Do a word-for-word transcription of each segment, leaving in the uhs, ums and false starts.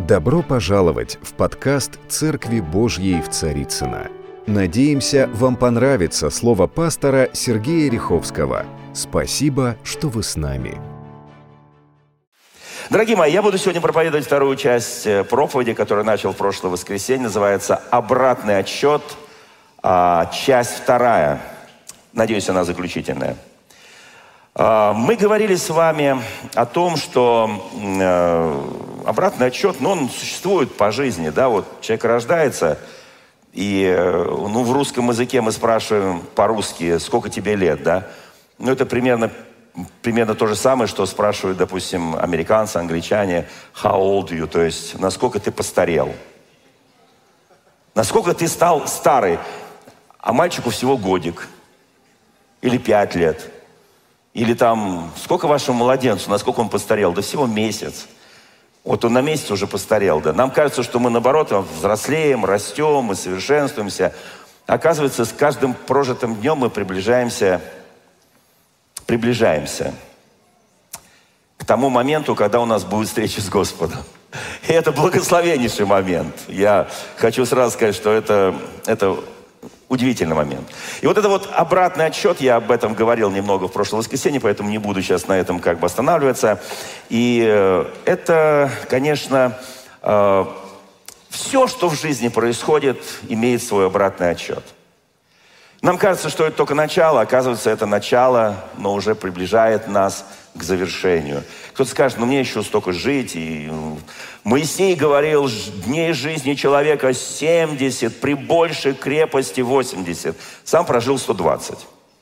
Добро пожаловать в подкаст «Церкви Божьей в Царицыно». Надеемся, вам понравится слово пастора Сергея Риховского. Спасибо, что вы с нами. Дорогие мои, я буду сегодня проповедовать вторую часть проповеди, которую начал в прошлое воскресенье. Называется «Обратный отсчет», часть вторая. Надеюсь, она заключительная. Мы говорили с вами о том, что обратный отсчет, ну, он существует по жизни, да, вот человек рождается, и, ну, в русском языке мы спрашиваем по-русски, сколько тебе лет, да, ну, это примерно, примерно то же самое, что спрашивают, допустим, американцы, англичане, how old are you, то есть, насколько ты постарел, насколько ты стал старый, а мальчику всего годик, или пять лет, или там, сколько вашему младенцу, насколько он постарел, да всего месяц. Вот он на месяц уже постарел, да. Нам кажется, что мы, наоборот, взрослеем, растем, мы совершенствуемся. Оказывается, с каждым прожитым днем мы приближаемся, приближаемся к тому моменту, когда у нас будет встреча с Господом. И это благословеннейший момент. Я хочу сразу сказать, что это, это удивительный момент. И вот это вот обратный отсчет, я об этом говорил немного в прошлое воскресенье, поэтому не буду сейчас на этом как бы останавливаться. И э, это, конечно, э, все, что в жизни происходит, имеет свой обратный отсчет. Нам кажется, что это только начало, оказывается, это начало, но уже приближает нас к завершению. Кто-то скажет, ну мне еще столько жить. И Моисей говорил, дней жизни человека семьдесят, при большей крепости восемьдесят. Сам прожил сто двадцать.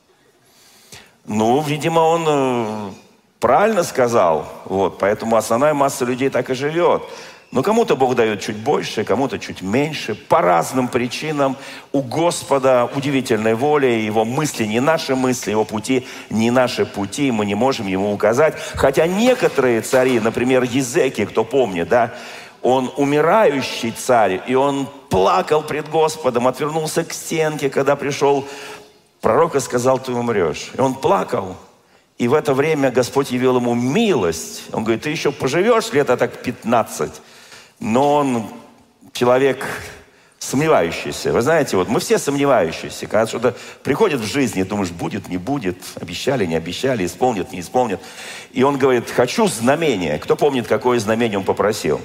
Ну, видимо, он правильно сказал. Вот, поэтому основная масса людей так и живет. Но кому-то Бог дает чуть больше, кому-то чуть меньше. По разным причинам у Господа удивительная воля, Его мысли не наши мысли, Его пути не наши пути, мы не можем Ему указать. Хотя некоторые цари, например, Езекия, кто помнит, да, он умирающий царь, и он плакал пред Господом, отвернулся к стенке, когда пришел пророк и сказал, ты умрешь. И он плакал. И в это время Господь явил ему милость. Он говорит, ты еще поживешь лет так пятнадцать. Но он человек сомневающийся. Вы знаете, вот мы все сомневающиеся. Когда что-то приходит в жизнь, и думаешь, будет, не будет, обещали, не обещали, исполнят, не исполнят. И он говорит, хочу знамение. Кто помнит, какое знамение он попросил?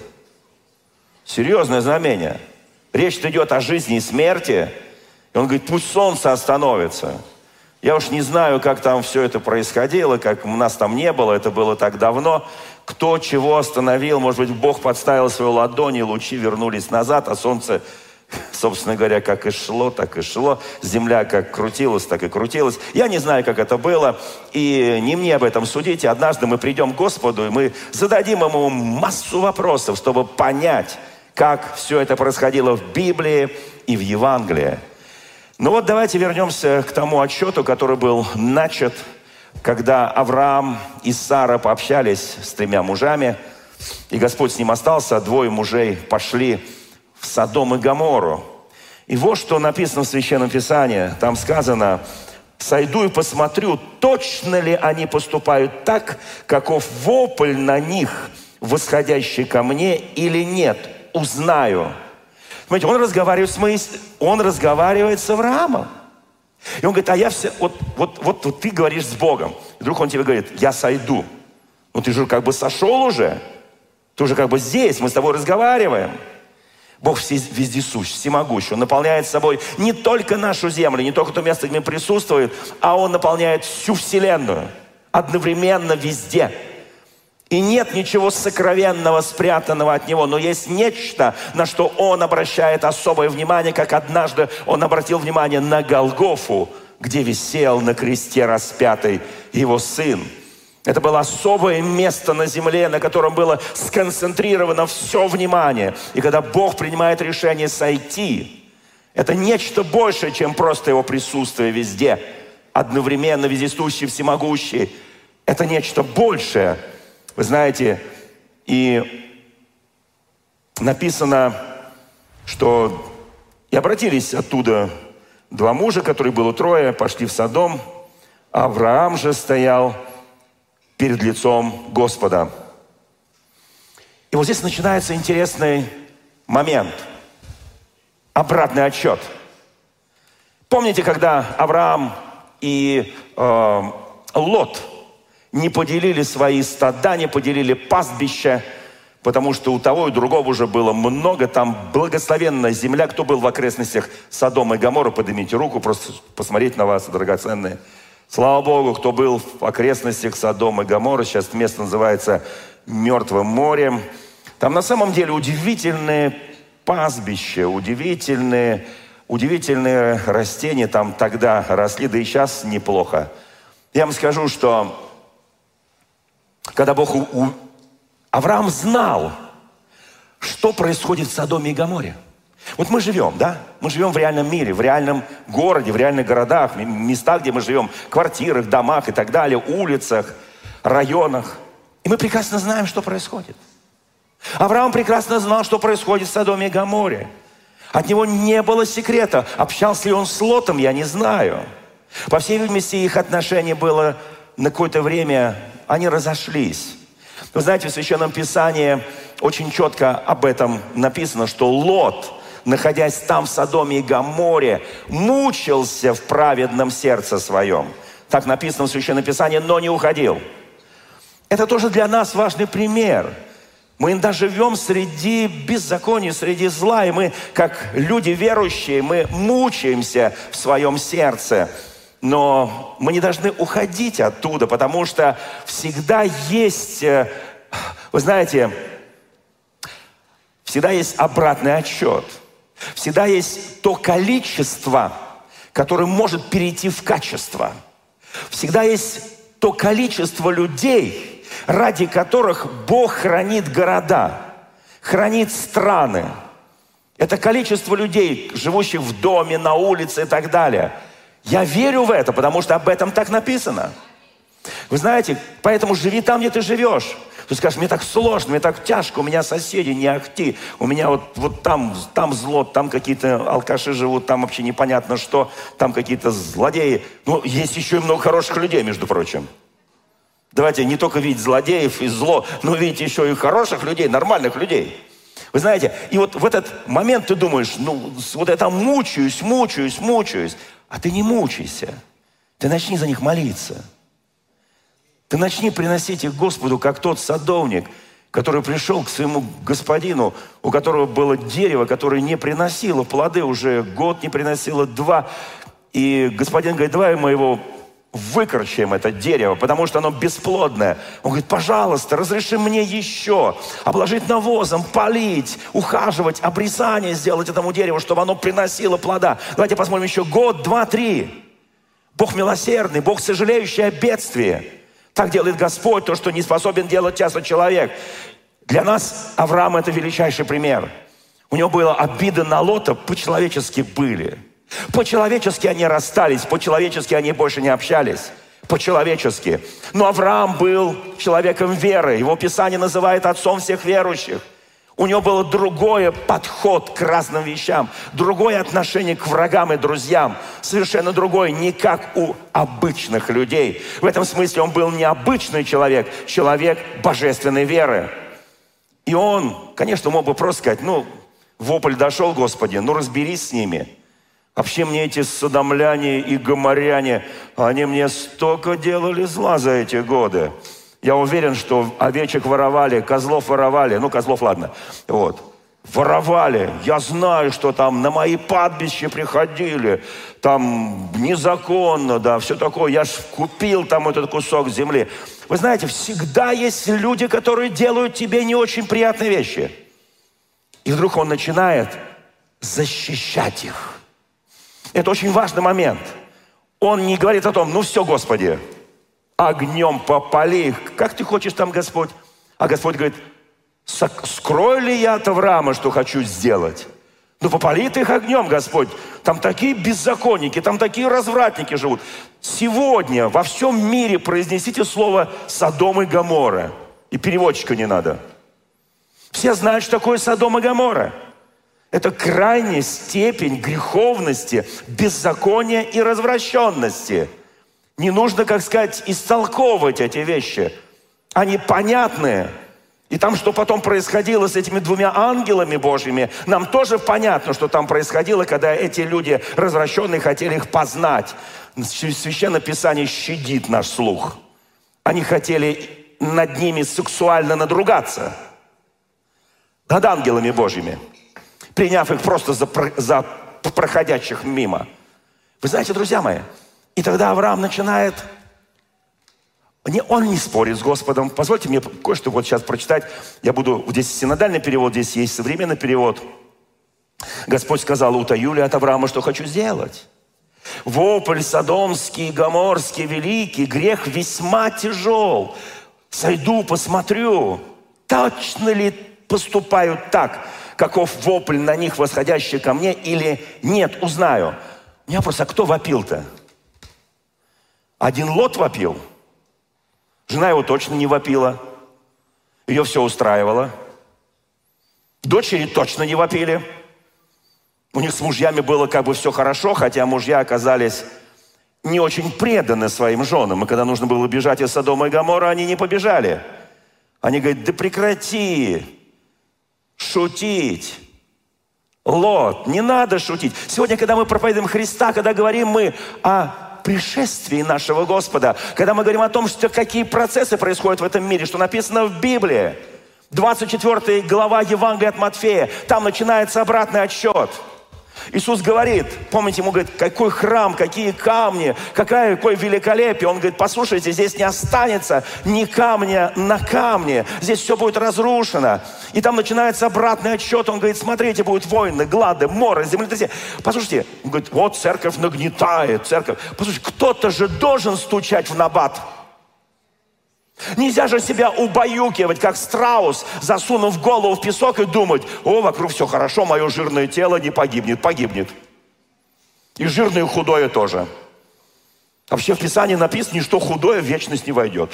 Серьезное знамение. Речь идет о жизни и смерти. И он говорит, пусть солнце остановится. Я уж не знаю, как там все это происходило, как у нас там не было, это было так давно. Кто чего остановил, может быть, Бог подставил свою ладонь, и лучи вернулись назад, а солнце, собственно говоря, как и шло, так и шло. Земля как крутилась, так и крутилась. Я не знаю, как это было, и не мне об этом судить. Однажды мы придем к Господу, и мы зададим Ему массу вопросов, чтобы понять, как все это происходило в Библии и в Евангелии. Ну вот давайте вернемся к тому отчету, который был начат, когда Авраам и Сара пообщались с тремя мужами, и Господь с ним остался, а двое мужей пошли в Содом и Гоморру. И вот что написано в Священном Писании. Там сказано, «Сойду и посмотрю, точно ли они поступают так, каков вопль на них, восходящий ко мне, или нет, узнаю». Смотрите, он разговаривает с Моисеем, он разговаривает с Авраамом. И он говорит, а я все, вот, вот, вот, вот ты говоришь с Богом. И вдруг он тебе говорит, я сойду. Ну ты же как бы сошел уже. Ты уже как бы здесь, мы с тобой разговариваем. Бог вездесущ, всемогущ. Он наполняет собой не только нашу землю, не только то место, где мы присутствуем, а Он наполняет всю вселенную. Одновременно везде. И нет ничего сокровенного, спрятанного от Него. Но есть нечто, на что Он обращает особое внимание, как однажды Он обратил внимание на Голгофу, где висел на кресте распятый Его Сын. Это было особое место на земле, на котором было сконцентрировано все внимание. И когда Бог принимает решение сойти, это нечто большее, чем просто Его присутствие везде. Одновременно вездесущий, всемогущий. Это нечто большее. Вы знаете, и написано, что и обратились оттуда два мужа, которые было трое, пошли в Содом. Авраам же стоял перед лицом Господа. И вот здесь начинается интересный момент. Обратный отсчет. Помните, когда Авраам и э, Лот не поделили свои стада, не поделили пастбища, потому что у того и другого уже было много, там благословенная земля. Кто был в окрестностях Содома и Гоморры, поднимите руку, просто посмотреть на вас, драгоценные. Слава Богу, кто был в окрестностях Содома и Гоморры, сейчас место называется Мертвым морем. Там на самом деле удивительные пастбища, удивительные, удивительные растения там тогда росли, да и сейчас неплохо. Я вам скажу, что когда Бог... У... у... Авраам знал, что происходит в Содоме и Гоморре. Вот мы живем, да? Мы живем в реальном мире, в реальном городе, в реальных городах, местах, где мы живем, квартирах, домах и так далее, улицах, районах. И мы прекрасно знаем, что происходит. Авраам прекрасно знал, что происходит в Содоме и Гоморре. От него не было секрета. Общался ли он с Лотом, я не знаю. По всей видимости, их отношение было на какое-то время, они разошлись. Вы знаете, в Священном Писании очень четко об этом написано, что Лот, находясь там, в Содоме и Гоморре, мучился в праведном сердце своем. Так написано в Священном Писании, но не уходил. Это тоже для нас важный пример. Мы иногда живем среди беззакония, среди зла, и мы, как люди верующие, мы мучаемся в своем сердце. Но мы не должны уходить оттуда, потому что всегда есть, вы знаете, всегда есть обратный отсчет. Всегда есть то количество, которое может перейти в качество. Всегда есть то количество людей, ради которых Бог хранит города, хранит страны. Это количество людей, живущих в доме, на улице и так далее. Я верю в это, потому что об этом так написано. Вы знаете, поэтому живи там, где ты живешь. Ты скажешь, мне так сложно, мне так тяжко, у меня соседи не ахти, у меня вот, вот там, там зло, там какие-то алкаши живут, там вообще непонятно что, там какие-то злодеи. Ну, есть еще и много хороших людей, между прочим. Давайте не только видеть злодеев и зло, но видеть еще и хороших людей, нормальных людей. Вы знаете, и вот в этот момент ты думаешь, ну, вот я там мучаюсь, мучаюсь, мучаюсь. А ты не мучайся. Ты начни за них молиться. Ты начни приносить их Господу, как тот садовник, который пришел к своему господину, у которого было дерево, которое не приносило плоды, уже год не приносило, два. И господин говорит, давай мы его выкорчуем, это дерево, потому что оно бесплодное. Он говорит, пожалуйста, разреши мне еще обложить навозом, полить, ухаживать, обрезание сделать этому дереву, чтобы оно приносило плода. Давайте посмотрим еще год, два, три. Бог милосердный, Бог сожалеющий о бедствии. Так делает Господь то, что не способен делать часто человек. Для нас Авраам это величайший пример. У него была обида на Лота, по-человечески были. По-человечески они расстались, по-человечески они больше не общались. По-человечески. Но Авраам был человеком веры. Его Писание называет отцом всех верующих. У него был другой подход к разным вещам, другое отношение к врагам и друзьям, совершенно другое, не как у обычных людей. В этом смысле он был необычный человек, человек божественной веры. И он, конечно, мог бы просто сказать, ну, вопль дошел, Господи, ну разберись с ними. Вообще мне эти содомляне и гоморяне, они мне столько делали зла за эти годы. Я уверен, что овечек воровали, козлов воровали. Ну, козлов, ладно. Вот. Воровали. Я знаю, что там на мои пастбища приходили. Там незаконно, да, все такое. Я ж купил там этот кусок земли. Вы знаете, всегда есть люди, которые делают тебе не очень приятные вещи. И вдруг он начинает защищать их. Это очень важный момент. Он не говорит о том, ну все, Господи, огнем попали их. Как ты хочешь там, Господь? А Господь говорит, скрою ли я от Авраама, что хочу сделать? Ну попали ты их огнем, Господь. Там такие беззаконники, там такие развратники живут. Сегодня во всем мире произнесите слово Содом и Гоморра. И переводчика не надо. Все знают, что такое Содом и Гоморра. Это крайняя степень греховности, беззакония и развращенности. Не нужно, как сказать, истолковывать эти вещи. Они понятны. И там, что потом происходило с этими двумя ангелами Божьими, нам тоже понятно, что там происходило, когда эти люди, развращенные, хотели их познать. Священное Писание щадит наш слух. Они хотели над ними сексуально надругаться. Над ангелами Божьими, приняв их просто за, за проходящих мимо. Вы знаете, друзья мои, и тогда Авраам начинает... Он не спорит с Господом. Позвольте мне кое-что вот сейчас прочитать. Я буду... Здесь синодальный перевод, здесь есть современный перевод. Господь сказал: утаю ли от Авраама, что хочу сделать? Вопль содомский, гоморский, великий, грех весьма тяжел. Сойду, посмотрю, точно ли поступают так, каков вопль на них, восходящий ко мне, или нет, узнаю. У меня вопрос: а кто вопил-то? Один Лот вопил? Жена его точно не вопила. Ее все устраивало. Дочери точно не вопили. У них с мужьями было как бы все хорошо, хотя мужья оказались не очень преданы своим женам. И когда нужно было бежать из Содома и Гоморры, они не побежали. Они говорят: да прекрати шутить. Лот, не надо шутить. Сегодня, когда мы проповедуем Христа, когда говорим мы о пришествии нашего Господа, когда мы говорим о том, что какие процессы происходят в этом мире, что написано в Библии, двадцать четвёртая глава Евангелия от Матфея, там начинается обратный отсчет. Иисус говорит, помните, ему говорит: какой храм, какие камни, какое, какое великолепие. Он говорит: послушайте, здесь не останется ни камня на камне, здесь все будет разрушено. И там начинается обратный отсчет. Он говорит: смотрите, будут войны, глады, моры, землетрясения. Послушайте, он говорит: вот церковь нагнетает, церковь. Послушайте, кто-то же должен стучать в набат. Нельзя же себя убаюкивать, как страус, засунув голову в песок и думать: о, вокруг все хорошо, мое жирное тело не погибнет. Погибнет. И жирное, и худое тоже. Вообще в Писании написано: ничто худое в вечность не войдет.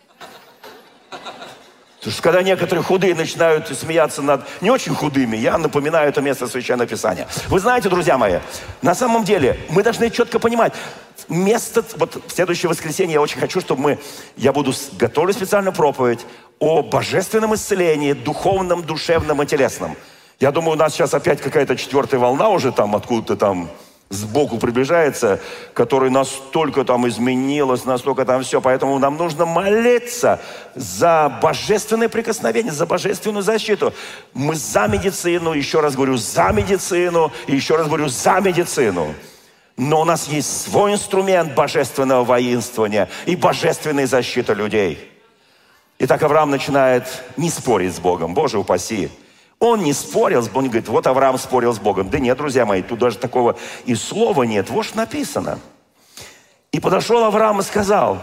Потому что когда некоторые худые начинают смеяться над не очень худыми, я напоминаю это место Священного Писания. Вы знаете, друзья мои, на самом деле мы должны четко понимать, место, вот в следующее воскресенье я очень хочу, чтобы мы, я буду готовить специальную проповедь о божественном исцелении, духовном, душевном и телесном. Я думаю, у нас сейчас опять какая-то четвертая волна уже там откуда-то там сбоку приближается, которая настолько там изменилась, настолько там все. Поэтому нам нужно молиться за божественное прикосновение, за божественную защиту. Мы за медицину, еще раз говорю, за медицину, и еще раз говорю, за медицину. Но у нас есть свой инструмент божественного воинствования и божественной защиты людей. Итак, Авраам начинает не спорить с Богом. Боже упаси. Он не спорил с Богом. Он говорит: вот Авраам спорил с Богом. Да нет, друзья мои, тут даже такого и слова нет. Вот что написано. И подошел Авраам и сказал,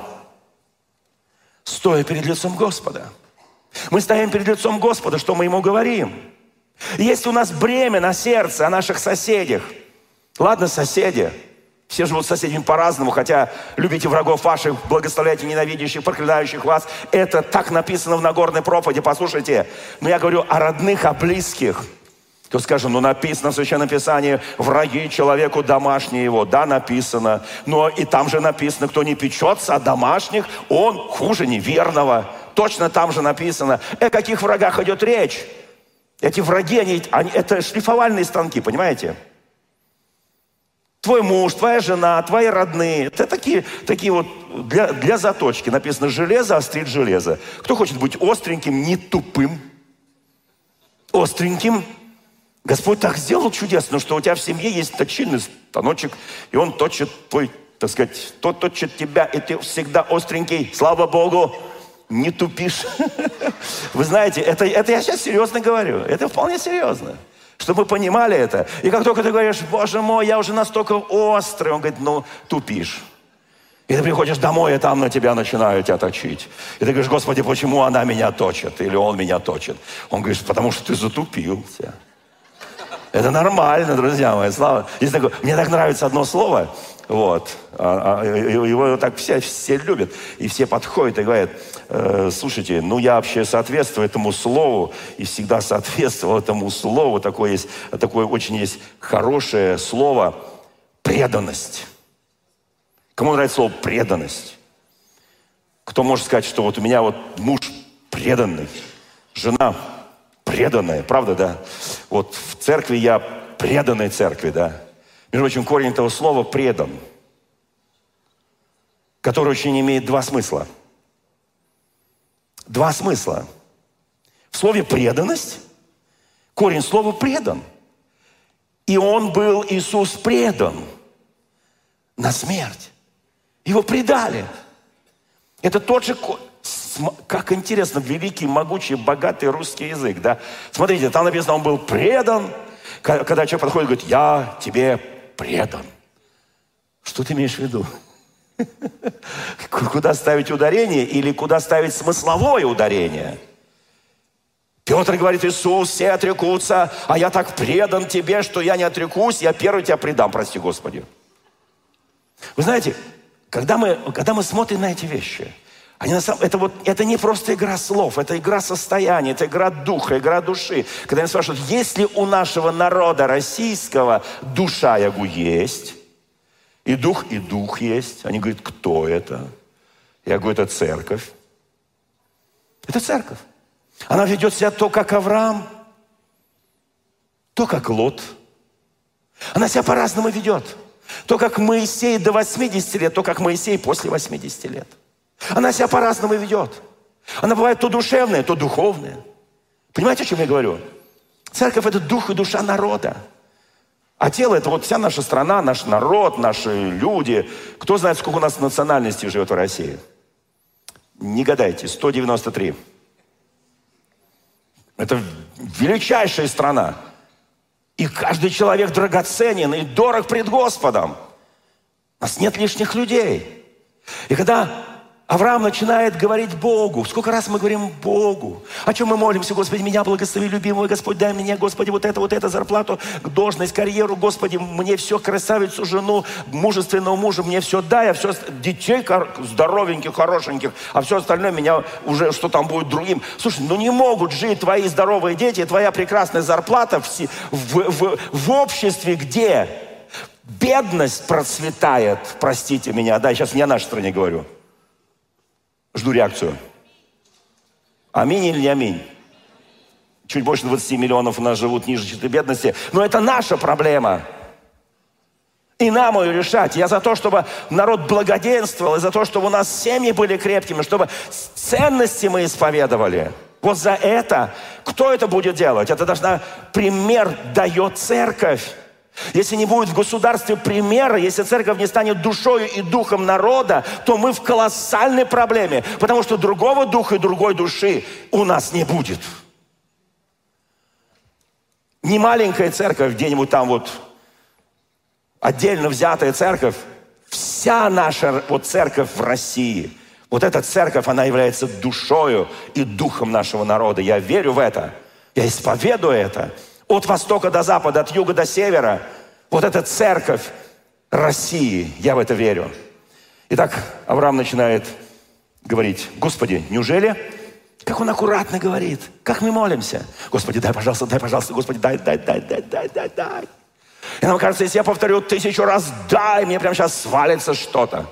стоя перед лицом Господа. Мы стоим перед лицом Господа, что мы ему говорим? Если у нас бремя на сердце о наших соседях, ладно, соседи, все живут с соседями по-разному, хотя любите врагов ваших, благословляйте ненавидящих, проклинающих вас. Это так написано в Нагорной проповеди, послушайте. Но я говорю о родных, о близких. То скажем, ну написано в Священном Писании: враги человеку домашние его. Да, написано. Но и там же написано: кто не печется о домашних, он хуже неверного. Точно там же написано. О каких врагах идет речь? Эти враги, они, они, это шлифовальные станки, понимаете? Твой муж, твоя жена, твои родные. Это такие, такие вот для, для заточки. Написано: железо острит железо. Кто хочет быть остреньким, не тупым? Остреньким. Господь так сделал чудесно, что у тебя в семье есть точильный станочек, и он точит твой, так сказать, тот точит тебя, и ты всегда остренький. Слава Богу, не тупишь. Вы знаете, это, это я сейчас серьезно говорю. Это вполне серьезно. Чтобы вы понимали это. И как только ты говоришь: Боже мой, я уже настолько острый, он говорит: ну, тупишь. И ты приходишь домой, и там на тебя начинают тебя точить. И ты говоришь: Господи, почему она меня точит? Или он меня точит? Он говорит: потому что ты затупился. Это нормально, друзья мои. Слава. Есть такое, мне так нравится одно слово. Вот. А, а, его так все, все любят. И все подходят и говорят: э, слушайте, ну я вообще соответствую этому слову. И всегда соответствовал этому слову. Такое, есть, такое очень есть хорошее слово — преданность. Кому нравится слово преданность? Кто может сказать, что вот у меня вот муж преданный? жена преданная, правда, да? Вот в церкви я преданной церкви, да? Между прочим, корень этого слова «предан», который очень имеет два смысла. Два смысла. В слове «преданность» корень слова «предан». И он был, Иисус, предан на смерть. Его предали. Это тот же, как интересно, великий, могучий, богатый русский язык, да? Смотрите, там написано, он был предан. Когда человек подходит и говорит, я тебе предан. Что ты имеешь в виду? Куда ставить ударение или куда ставить смысловое ударение? Петр говорит, Иисус, все отрекутся, а я так предан тебе, что я не отрекусь, я первый тебя предам, прости Господи. Вы знаете, когда мы, когда мы смотрим на эти вещи, они на самом, это, вот, это не просто игра слов, это игра состояния, это игра духа, игра души. Когда они спрашивают, есть ли у нашего народа российского душа, я говорю, есть. И дух, и дух есть. Они говорят, кто это? Я говорю, это церковь. Это церковь. Она ведет себя то, как Авраам, то, как Лот. Она себя по-разному ведет. То, как Моисей до восьмидесяти лет, то, как Моисей после восьмидесяти лет. Она себя по-разному ведет. Она бывает то душевная, то духовная. Понимаете, о чем я говорю? Церковь – это дух и душа народа. А тело – это вот вся наша страна, наш народ, наши люди. Кто знает, сколько у нас национальностей живет в России? Не гадайте, сто девяносто три. Это величайшая страна. И каждый человек драгоценен и дорог пред Господом. У нас нет лишних людей. И когда Авраам начинает говорить Богу, сколько раз мы говорим Богу, о чем мы молимся, Господи, меня благослови, любимый Господь, дай мне, Господи, вот это, вот это, зарплату, должность, карьеру, Господи, мне все, красавицу, жену, мужественного мужа, мне все дай, а все, детей здоровеньких, хорошеньких, а все остальное меня уже, что там будет другим. Слушай, ну не могут жить твои здоровые дети, твоя прекрасная зарплата в, в, в, в обществе, где бедность процветает, простите меня, да, сейчас не о нашей стране говорю. Жду реакцию. Аминь или не аминь? Чуть больше двадцати миллионов у нас живут ниже черты бедности. Но это наша проблема. И нам ее решать. Я за то, чтобы народ благоденствовал, и за то, чтобы у нас семьи были крепкими, чтобы ценности мы исповедовали. Вот за это. Кто это будет делать? Это должна пример дает церковь. Если не будет в государстве примера, если церковь не станет душою и духом народа, то мы в колоссальной проблеме, потому что другого духа и другой души у нас не будет. Не маленькая церковь, где-нибудь там вот отдельно взятая церковь, вся наша вот церковь в России, вот эта церковь, она является душою и духом нашего народа. Я верю в это, я исповедую это. От востока до запада, от юга до севера. Вот эта церковь России. Я в это верю. Итак, Авраам начинает говорить, Господи, неужели? Как он аккуратно говорит. Как мы молимся. Господи, дай, пожалуйста, дай, пожалуйста. Господи, дай, дай, дай, дай, дай, дай, дай. И нам кажется, если я повторю тысячу раз дай, мне прямо сейчас свалится что-то.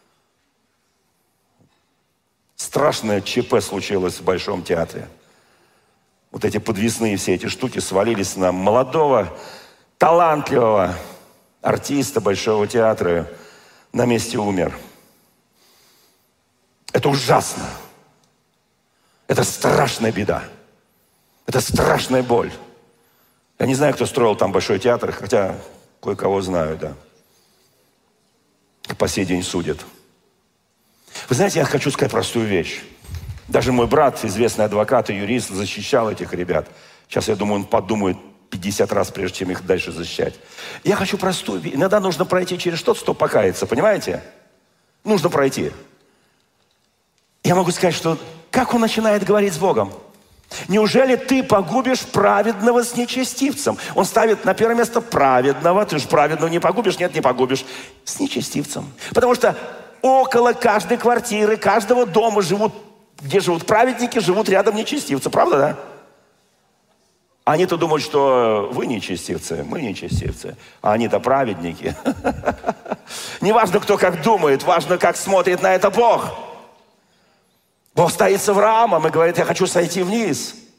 Страшное ЧП случилось в Большом театре. Вот эти подвесные все эти штуки свалились на молодого, талантливого артиста Большого театра. На месте умер. Это ужасно. Это страшная беда. Это страшная боль. Я не знаю, кто строил там Большой театр, хотя кое-кого знаю, да. И по сей день судят. Вы знаете, я хочу сказать простую вещь. Даже мой брат, известный адвокат и юрист, защищал этих ребят. Сейчас, я думаю, он подумает пятьдесят раз, прежде чем их дальше защищать. Я хочу простую вещь. Иногда нужно пройти через что-то, чтобы покаяться, понимаете? Нужно пройти. Я могу сказать, что как он начинает говорить с Богом? Неужели ты погубишь праведного с нечестивцем? Он ставит на первое место праведного. Ты же праведного не погубишь? Нет, не погубишь. С нечестивцем. Потому что около каждой квартиры, каждого дома живут, где живут праведники, живут рядом нечестивцы. Правда, да? Они-то думают, что вы нечестивцы, мы нечестивцы. А они-то праведники. Не важно, кто как думает, важно, как смотрит на это Бог. Бог стоит с Авраамом и говорит, я хочу сойти вниз.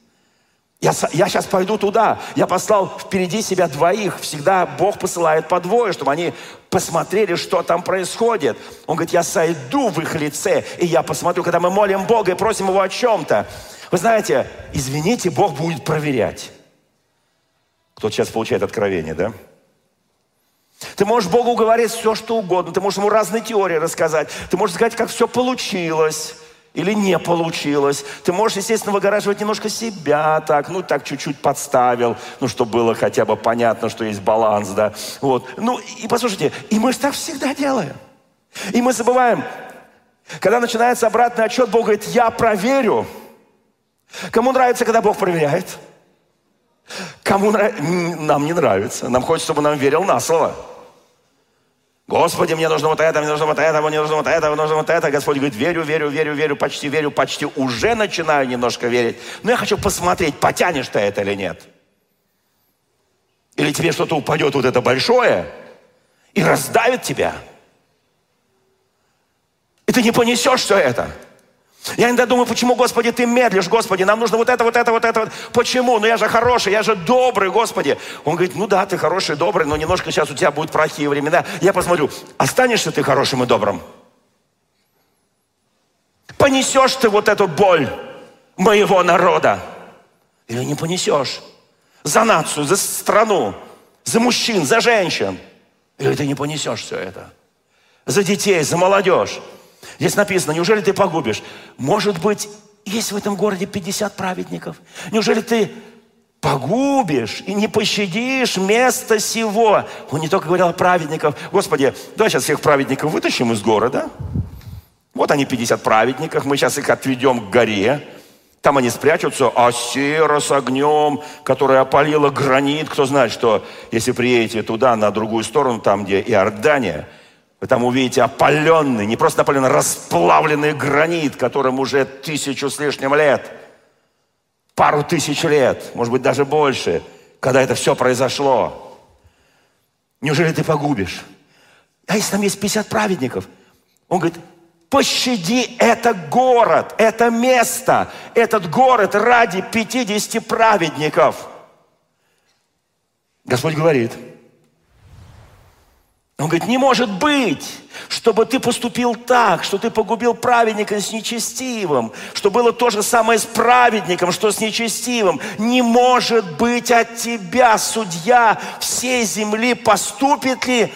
Я, я сейчас пойду туда. Я послал впереди себя двоих. Всегда Бог посылает по двое, чтобы они посмотрели, что там происходит. Он говорит, я сойду в их лице, и я посмотрю, когда мы молим Бога и просим Его о чем-то. Вы знаете, извините, Бог будет проверять. Кто-то сейчас получает откровение, да? Ты можешь Богу говорить все, что угодно. Ты можешь Ему разные теории рассказать. Ты можешь сказать, как все получилось. Или не получилось. Ты можешь, естественно, выгораживать немножко себя так, ну, так чуть-чуть подставил, ну, чтобы было хотя бы понятно, что есть баланс, да. Вот. Ну, и послушайте, и мы же так всегда делаем. И мы забываем, когда начинается обратный отчет, Бог говорит, я проверю. Кому нравится, когда Бог проверяет? Кому нравится? Нам не нравится. Нам хочется, чтобы нам верил на слово. Господи, мне нужно вот это, мне нужно вот это, мне нужно вот это, мне нужно вот это. Господь говорит, верю, верю, верю, верю, почти верю, почти уже начинаю немножко верить. Но я хочу посмотреть, потянешь ты это или нет. Или тебе что-то упадет вот это большое и раздавит тебя. И ты не понесешь все это. Я иногда думаю, почему, Господи, ты медлишь, Господи, нам нужно вот это, вот это, вот это. Вот. Почему? Ну я же хороший, я же добрый, Господи. Он говорит, ну да, ты хороший, добрый, но немножко сейчас у тебя будут плохие времена. Я посмотрю, останешься ты хорошим и добрым? Понесешь ты вот эту боль моего народа? Или не понесешь? За нацию, за страну, за мужчин, за женщин. Или ты не понесешь все это? За детей, за молодежь. Здесь написано, неужели ты погубишь? Может быть, есть в этом городе пятьдесят праведников? Неужели ты погубишь и не пощадишь место сего? Он не только говорил о праведниках. Господи, давай сейчас всех праведников вытащим из города. Вот они, пятьдесят праведников. Мы сейчас их отведем к горе. Там они спрячутся, а сера с огнем, которая опалила гранит. Кто знает, что если приедете туда, на другую сторону, там, где Иордания, вы там увидите опаленный, не просто опаленный, расплавленный гранит, которым уже тысячу с лишним лет, пару тысяч лет, может быть, даже больше, когда это все произошло. Неужели ты погубишь? А если там есть пятьдесят праведников? Он говорит, пощади это город, это место, этот город ради пятидесяти праведников. Господь говорит, Он говорит, не может быть, чтобы ты поступил так, что ты погубил праведника с нечестивым, что было то же самое с праведником, что с нечестивым. Не может быть от тебя, судья всей земли, поступит ли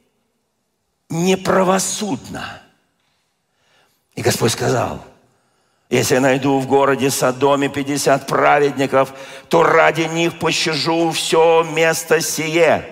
неправосудно. И Господь сказал, если я найду в городе Содоме пятьдесят праведников, то ради них пощажу все место сие.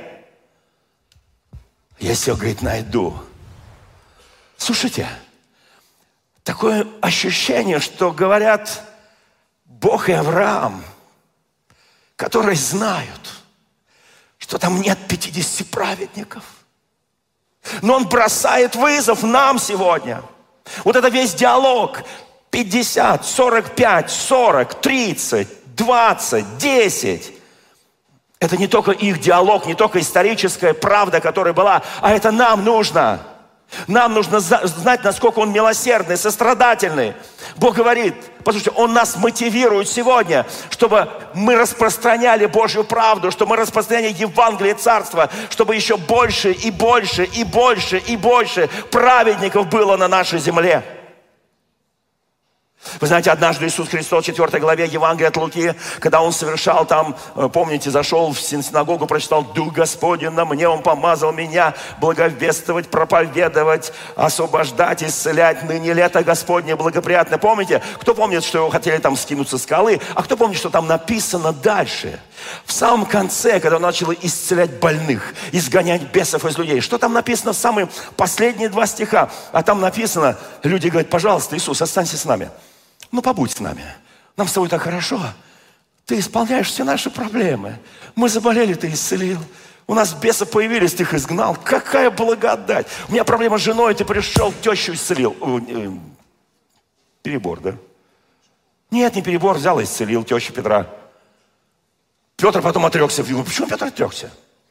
Я все, говорит, найду. Слушайте, такое ощущение, что говорят Бог и Авраам, которые знают, что там нет пятидесяти праведников. Но Он бросает вызов нам сегодня. Вот это весь диалог. пятьдесят, сорок пять, сорок, тридцать, двадцать, десять. Это не только их диалог, не только историческая правда, которая была, а это нам нужно. Нам нужно знать, насколько Он милосердный, сострадательный. Бог говорит, послушайте, Он нас мотивирует сегодня, чтобы мы распространяли Божью правду, чтобы мы распространяли Евангелие Царства, чтобы еще больше и больше и больше и больше праведников было на нашей земле. Вы знаете, однажды Иисус Христос в четвёртой главе Евангелия от Луки, когда Он совершал там, помните, зашел в синагогу, прочитал «Дух Господень на мне, Он помазал меня благовествовать, проповедовать, освобождать, исцелять, ныне лето Господне благоприятно». Помните? Кто помнит, что его хотели там скинуть со скалы? А кто помнит, что там написано дальше? В самом конце, когда Он начал исцелять больных, изгонять бесов из людей. Что там написано в самые последние два стиха? А там написано, люди говорят, пожалуйста, Иисус, останься с нами. Ну, побудь с нами. Нам с тобой так хорошо. Ты исполняешь все наши проблемы. Мы заболели, ты исцелил. У нас бесы появились, ты их изгнал. Какая благодать. У меня проблема с женой, ты пришел, тещу исцелил. Перебор, да? Нет, не перебор, взял и исцелил тещу Петра. Петр потом отрекся. Почему Петр отрекся?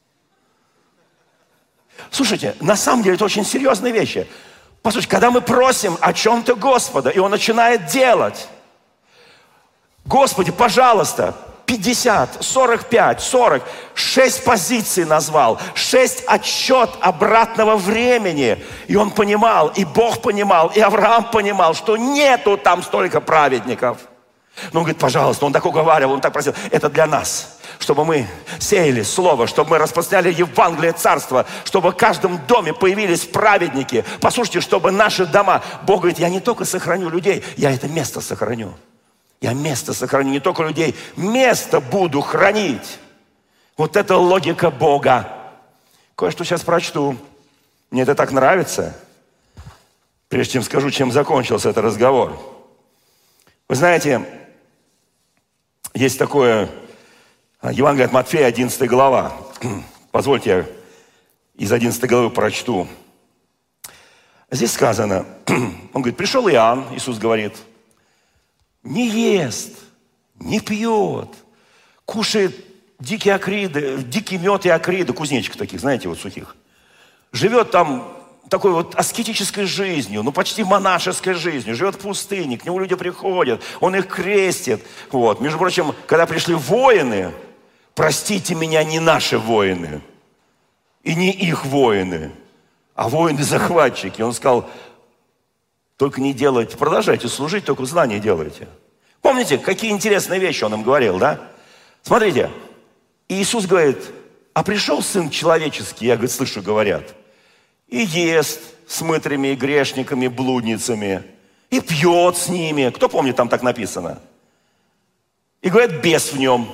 Слушайте, на самом деле это очень серьезные вещи. Послушайте, когда мы просим о чем-то Господа, и Он начинает делать, Господи, пожалуйста, пятьдесят, сорок пять, сорок, шесть позиций назвал, шесть отсчет обратного времени. И он понимал, и Бог понимал, и Авраам понимал, что нету там столько праведников. Но он говорит, пожалуйста, он так уговаривал, он так просил, это для нас, чтобы мы сеяли Слово, чтобы мы распространяли Евангелие Царства, чтобы в каждом доме появились праведники. Послушайте, чтобы наши дома, Бог говорит, я не только сохраню людей, я это место сохраню. Я место сохраню, не только людей, место буду хранить. Вот это логика Бога. Кое-что сейчас прочту. Мне это так нравится. Прежде чем скажу, чем закончился этот разговор. Вы знаете, есть такое Евангелие от Матфея, одиннадцатая глава. Позвольте, я из одиннадцатой главы прочту. Здесь сказано, он говорит, пришел Иоанн, Иисус говорит, не ест, не пьет, кушает дикие акриды, дикий мед и акриды, кузнечиков таких, знаете, вот сухих. Живет там такой вот аскетической жизнью, ну почти монашеской жизнью, живет в пустыне, к нему люди приходят, он их крестит. Вот. Между прочим, когда пришли воины, простите меня, не наши воины, и не их воины, а воины-захватчики. Он сказал, только не делайте, продолжайте служить, только знания делайте. Помните, какие интересные вещи он им говорил, да? Смотрите, Иисус говорит, а пришел Сын Человеческий, я, говорит, слышу, говорят, и ест с мытрями и грешниками, блудницами, и пьет с ними. Кто помнит, там так написано? И говорят, бес в нем.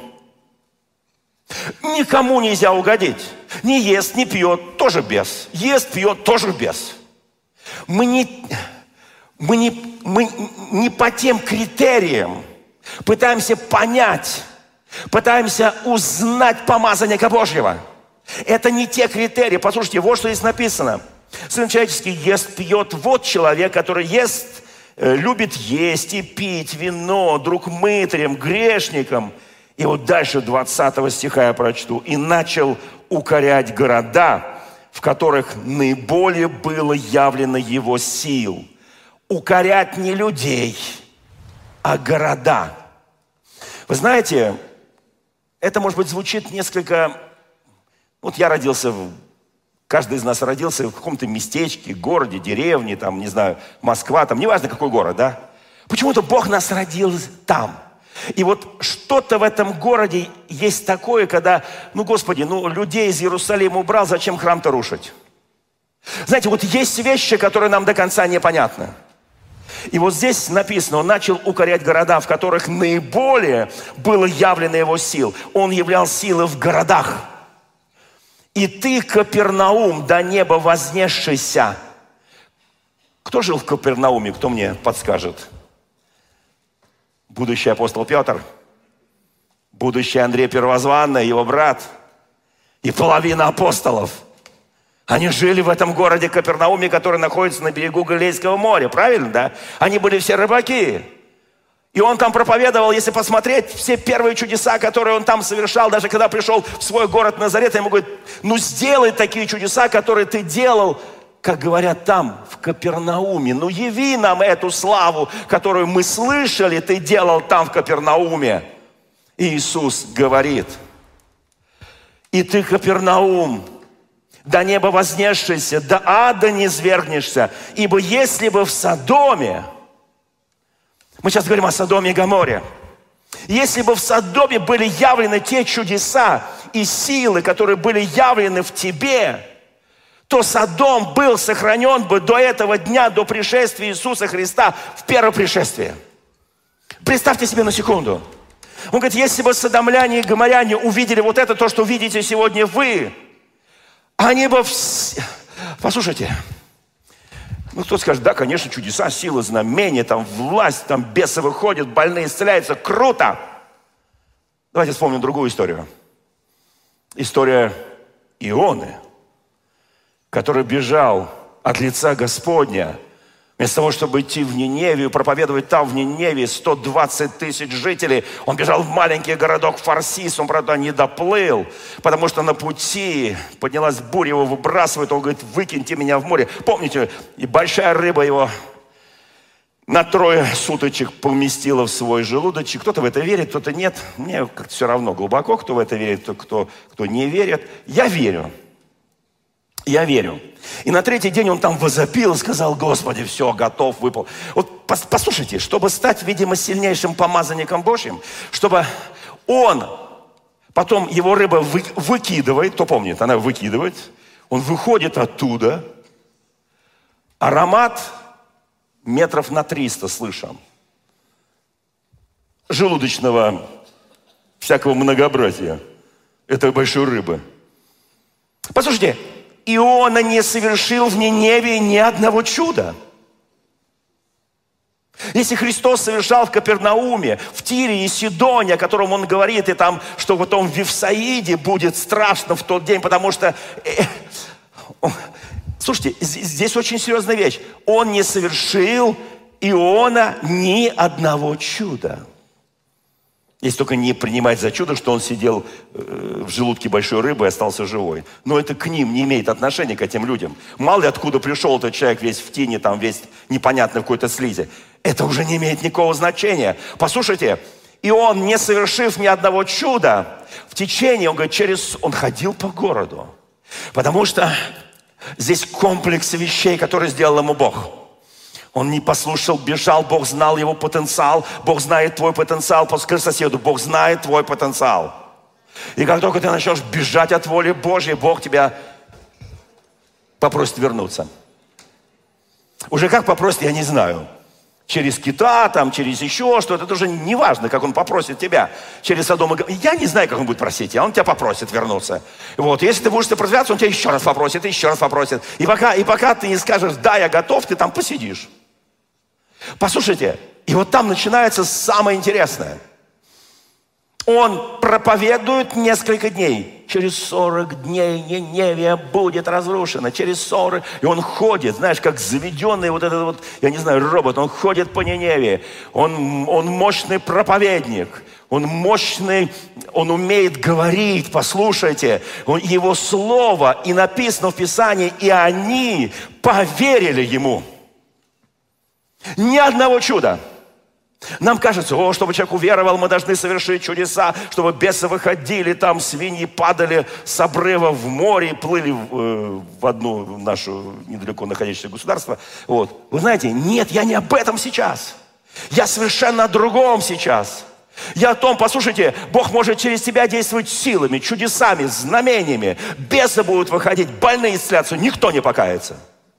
Никому нельзя угодить. Не ест, не пьет, тоже бес. Ест, пьет, тоже бес. Мы не, мы не, мы не по тем критериям пытаемся понять, пытаемся узнать помазанника Божьего. Это не те критерии. Послушайте, вот что здесь написано. Сын Человеческий ест, пьет. Вот человек, который ест, любит есть и пить вино, друг мытрям, грешникам. И вот дальше двадцатого стиха я прочту. И начал укорять города, в которых наиболее было явлено его сил. Укорять не людей, а города. Вы знаете, это, может быть, звучит несколько... Вот я родился, в... каждый из нас родился в каком-то местечке, городе, деревне, там, не знаю, Москва, там, неважно какой город, да? Почему-то Бог нас родил там. И вот что-то в этом городе есть такое, когда, ну, Господи, ну, людей из Иерусалима убрал, зачем храм-то рушить? Знаете, вот есть вещи, которые нам до конца непонятны. И вот здесь написано, он начал укорять города, в которых наиболее было явлено его сил. Он являл силы в городах. И ты, Капернаум, до неба вознесшийся. Кто жил в Капернауме, кто мне подскажет? Будущий апостол Петр, будущий Андрей Первозванный, его брат, и половина апостолов. Они жили в этом городе Капернауме, который находится на берегу Галилейского моря, правильно, да? Они были все рыбаки. И он там проповедовал, если посмотреть, все первые чудеса, которые он там совершал, даже когда пришел в свой город Назарет, ему говорят, ну сделай такие чудеса, которые ты делал, как говорят там, в Капернауме. Ну яви нам эту славу, которую мы слышали, ты делал там в Капернауме. И Иисус говорит, и ты, Капернаум, до неба вознесшийся, до ада не низвергнешься, ибо если бы в Содоме, мы сейчас говорим о Содоме и Гоморе, если бы в Содоме были явлены те чудеса и силы, которые были явлены в тебе, то Содом был сохранен бы до этого дня, до пришествия Иисуса Христа в первое пришествие. Представьте себе на секунду. Он говорит, если бы содомляне и гоморяне увидели вот это, то, что видите сегодня вы, они бы... Вс... Послушайте, ну кто скажет, да, конечно, чудеса, силы, знамения, там власть, там бесы выходят, больные исцеляются, круто. Давайте вспомним другую историю. История Ионы, который бежал от лица Господня, вместо того, чтобы идти в Ниневию, проповедовать там в Ниневии сто двадцать тысяч жителей, он бежал в маленький городок Фарсис, он, правда, не доплыл, потому что на пути поднялась буря, его выбрасывает, он говорит, выкиньте меня в море. Помните, и большая рыба его на трое суточек поместила в свой желудочек. Кто-то в это верит, кто-то нет. Мне как-то все равно глубоко, кто в это верит, кто, кто не верит. Я верю. Я верю. И на третий день он там возопил и сказал: Господи, все, готов, выпал. Вот послушайте, чтобы стать, видимо, сильнейшим помазанником Божьим, чтобы он, потом его рыба вы, выкидывает, кто помнит, она выкидывает, он выходит оттуда, аромат метров на триста слышим, желудочного всякого многообразия этой большой рыбы. Послушайте, Иона не совершил в Ниневии ни одного чуда. Если Христос совершал в Капернауме, в Тире и Сидоне, о котором Он говорит, и там, что потом в Вифсаиде будет страшно в тот день, потому что... Слушайте, здесь очень серьезная вещь. Он не совершил, Иона, ни одного чуда. Если только не принимать за чудо, что он сидел в желудке большой рыбы и остался живой. Но это к ним не имеет отношения, к этим людям. Мало ли откуда пришел этот человек весь в тени, там весь непонятный в какой-то слизи. Это уже не имеет никакого значения. Послушайте, и он, не совершив ни одного чуда, в течение, он говорит, через... Он ходил по городу. Потому что здесь комплекс вещей, которые сделал ему Бог. Он не послушал, бежал, Бог знал его потенциал. Бог знает твой потенциал. Скажи соседу: Бог знает твой потенциал. И как только ты начнешь бежать от воли Божьей, Бог тебя попросит вернуться. Уже как попросит, я не знаю. Через кита, там, через еще что-то. Это уже не важно, как он попросит тебя. Через Содом и Гоморру. Я не знаю, как он будет просить, а он тебя попросит вернуться. Вот. Если ты будешь сопротивляться, он тебя еще раз попросит, еще раз попросит. И пока, и пока ты не скажешь: да, я готов, ты там посидишь. Послушайте, и вот там начинается самое интересное. Он проповедует несколько дней. Через сорок дней Ниневия будет разрушена. Через сорок. И он ходит, знаешь, как заведенный вот этот вот, я не знаю, робот. Он ходит по Ниневии. Он, он мощный проповедник. Он мощный, он умеет говорить, послушайте. Он, его слово, и написано в Писании, и они поверили ему. Ни одного чуда. Нам кажется: о, чтобы человек уверовал, мы должны совершить чудеса, чтобы бесы выходили, там свиньи падали с обрыва в море и плыли в, э, в одну нашу недалеко находящееся государство. Вот. Вы знаете, нет, я не об этом сейчас. Я совершенно о другом сейчас. Я о том, послушайте, Бог может через тебя действовать силами, чудесами, знамениями. Бесы будут выходить, больные исцеляться, никто не покается.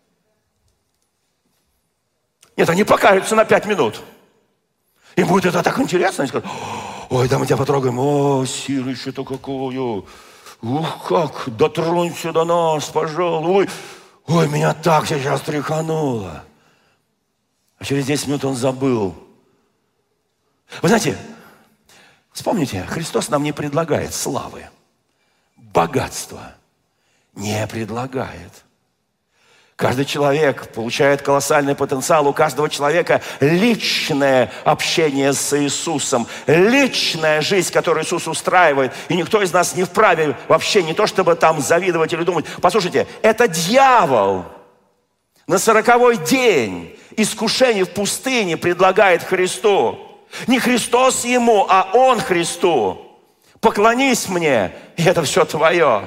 Нет, они покаются на пять минут. Им будет это так интересно. Они скажут: ой, да мы тебя потрогаем. О, силище-то какую. Ух, как, дотронься до нас, пожалуй. Ой, меня так сейчас тряхануло. А через десять минут он забыл. Вы знаете, вспомните, Христос нам не предлагает славы, богатства. Не предлагает. Каждый человек получает колоссальный потенциал. У каждого человека личное общение с Иисусом. Личная жизнь, которую Иисус устраивает. И никто из нас не вправе вообще не то, чтобы там завидовать или думать. Послушайте, это дьявол на сороковой день искушение в пустыне предлагает Христу. Не Христос ему, а он Христу. Поклонись мне, и это все твое.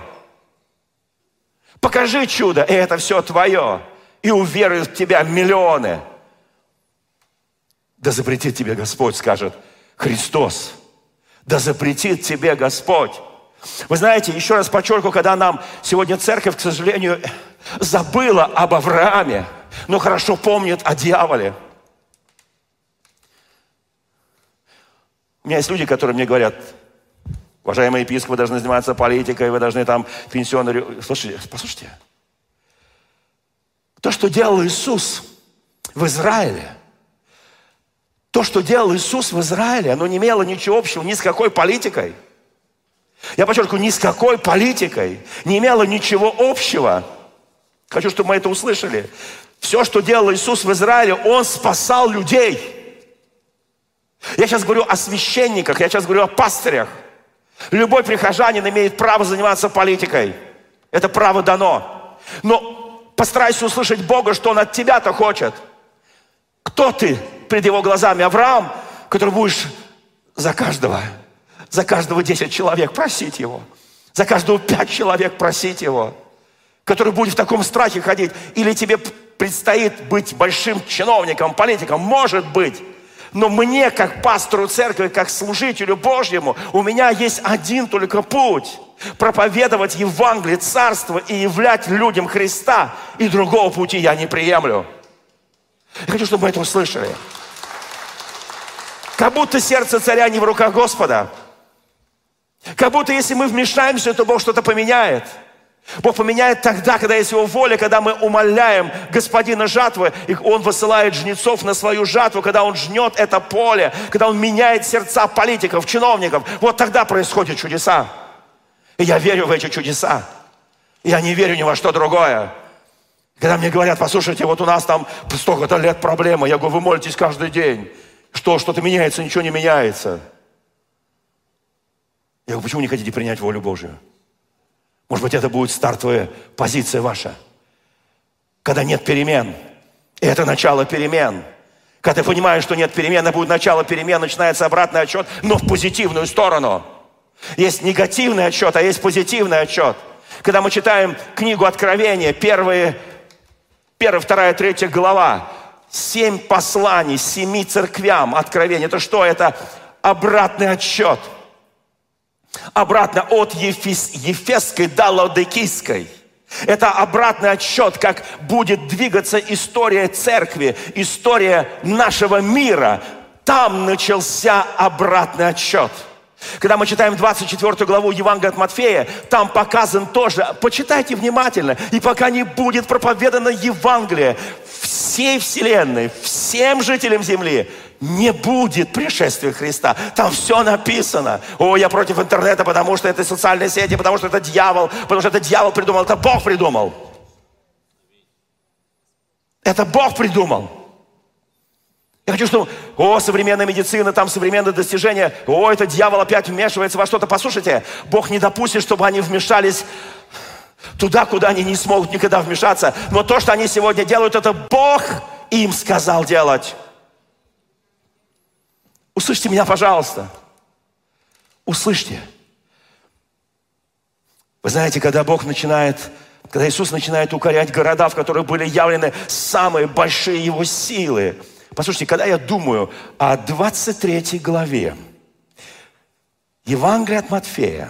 Покажи чудо, и это все твое. И уверуют в тебя миллионы. Да запретит тебе Господь, скажет Христос. Да запретит тебе Господь. Вы знаете, еще раз подчеркиваю, когда нам сегодня церковь, к сожалению, забыла об Аврааме, но хорошо помнит о дьяволе. У меня есть люди, которые мне говорят: уважаемые епископы, вы должны заниматься политикой, вы должны там пенсионеры... Слушайте, послушайте. То, что делал Иисус в Израиле, то, что делал Иисус в Израиле, оно не имело ничего общего ни с какой политикой. Я подчеркиваю, ни с какой политикой. Не имело ничего общего. Хочу, чтобы мы это услышали. Все, что делал Иисус в Израиле, Он спасал людей. Я сейчас говорю о священниках, я сейчас говорю о пастырях. Любой прихожанин имеет право заниматься политикой. Это право дано. Но постарайся услышать Бога, что Он от тебя-то хочет. Кто ты? пред Его глазами. Авраам, который будешь за каждого, за каждого десять человек просить Его. За каждого пять человек просить Его. Который будет в таком страхе ходить. Или тебе предстоит быть большим чиновником, политиком. Может быть. Но мне, как пастору церкви, как служителю Божьему, у меня есть один только путь. Проповедовать Евангелие, Царство и являть людям Христа. И другого пути я не приемлю. Я хочу, чтобы мы это услышали. Как будто сердце царя не в руках Господа. Как будто если мы вмешаемся, то Бог что-то поменяет. Бог поменяет тогда, когда есть Его воля, когда мы умоляем Господина жатвы, и Он высылает жнецов на свою жатву, когда Он жнет это поле, когда Он меняет сердца политиков, чиновников. Вот тогда происходят чудеса. И я верю в эти чудеса. Я не верю ни во что другое. Когда мне говорят, послушайте, вот у нас там столько-то лет проблемы. Я говорю, вы молитесь каждый день. Что, что-то меняется, ничего не меняется. Я говорю, почему не хотите принять волю Божию? Может быть, это будет стартовая позиция ваша. Когда нет перемен. И это начало перемен. Когда ты понимаешь, что нет перемен, будет начало перемен, начинается обратный отсчет, но в позитивную сторону. Есть негативный отсчет, а есть позитивный отсчет. Когда мы читаем книгу Откровения, первые, первая, вторая, третья глава, семь посланий, семи церквям Откровения. Это что? Это обратный отсчет. Обратно от Ефес, Ефесской до Лаодикийской. Это обратный отсчет, как будет двигаться история церкви, история нашего мира. Там начался обратный отсчет. Когда мы читаем двадцать четвёртую главу Евангелия от Матфея, там показан тоже, почитайте внимательно, и пока не будет проповедано Евангелие всей вселенной, всем жителям земли, не будет пришествия Христа. Там все написано. О, я против интернета, потому что это социальные сети, потому что это дьявол, потому что это дьявол придумал, это Бог придумал. Это Бог придумал. Я хочу, чтобы, о, современная медицина, там современные достижения, о, это дьявол опять вмешивается во что-то. Послушайте, Бог не допустит, чтобы они вмешались туда, куда они не смогут никогда вмешаться. Но то, что они сегодня делают, это Бог им сказал делать. Услышьте меня, пожалуйста. Услышьте. Вы знаете, когда Бог начинает, когда Иисус начинает укорять города, в которых были явлены самые большие Его силы. Послушайте, когда я думаю о двадцать третьей главе Евангелия от Матфея,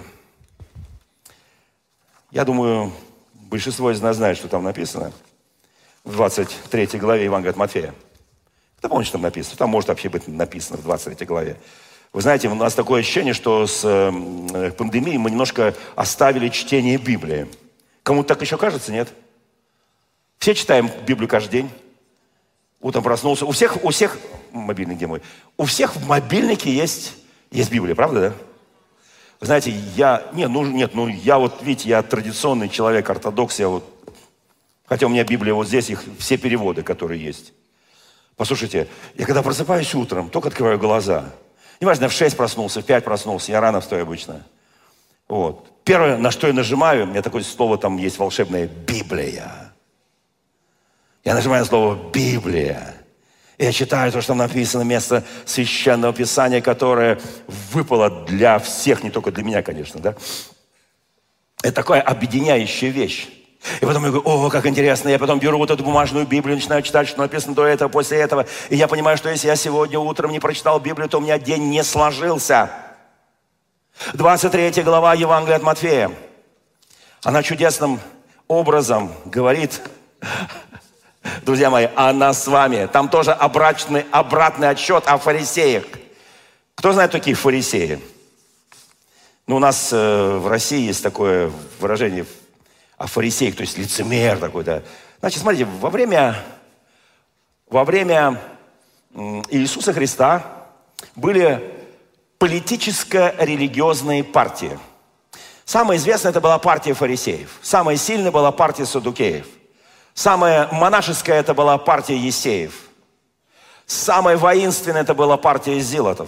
я думаю, большинство из нас знает, что там написано в двадцать третьей главе Евангелия от Матфея. Кто помнит, что там написано? Там может вообще быть написано в двадцать третьей главе. Вы знаете, у нас такое ощущение, что с э, пандемией мы немножко оставили чтение Библии. Кому-то так еще кажется, нет? Все читаем Библию каждый день. Утром проснулся. У всех, у всех, мобильный где мой? У всех в мобильнике есть, есть Библия, правда, да? Вы знаете, я, нет, ну, нет, ну, я вот, видите, я традиционный человек, ортодокс, я вот, хотя у меня Библия вот здесь, их все переводы, которые есть. Послушайте, я когда просыпаюсь утром, только открываю глаза. Неважно, в шесть проснулся, в пять проснулся, я рано встаю обычно. Вот. Первое, на что я нажимаю, у меня такое слово там есть волшебное, Библия. Я нажимаю на слово «Библия». И я читаю то, что там написано, место Священного Писания, которое выпало для всех, не только для меня, конечно, да. Это такая объединяющая вещь. И потом я говорю, о, как интересно. Я потом беру вот эту бумажную Библию, начинаю читать, что написано до этого, после этого. И я понимаю, что если я сегодня утром не прочитал Библию, то у меня день не сложился. двадцать третья глава Евангелия от Матфея. Она чудесным образом говорит... Друзья мои, она с вами. Там тоже обратный, обратный отсчет о фарисеях. Кто знает такие фарисеи? Ну, у нас э, в России есть такое выражение о фарисеях, то есть лицемер такой, да. Значит, смотрите, во время, во время Иисуса Христа были политическо-религиозные партии. Самая известная это была партия фарисеев. Самая сильная была партия саддукеев. Самая монашеская это была партия Есеев. Самая воинственная это была партия зилотов.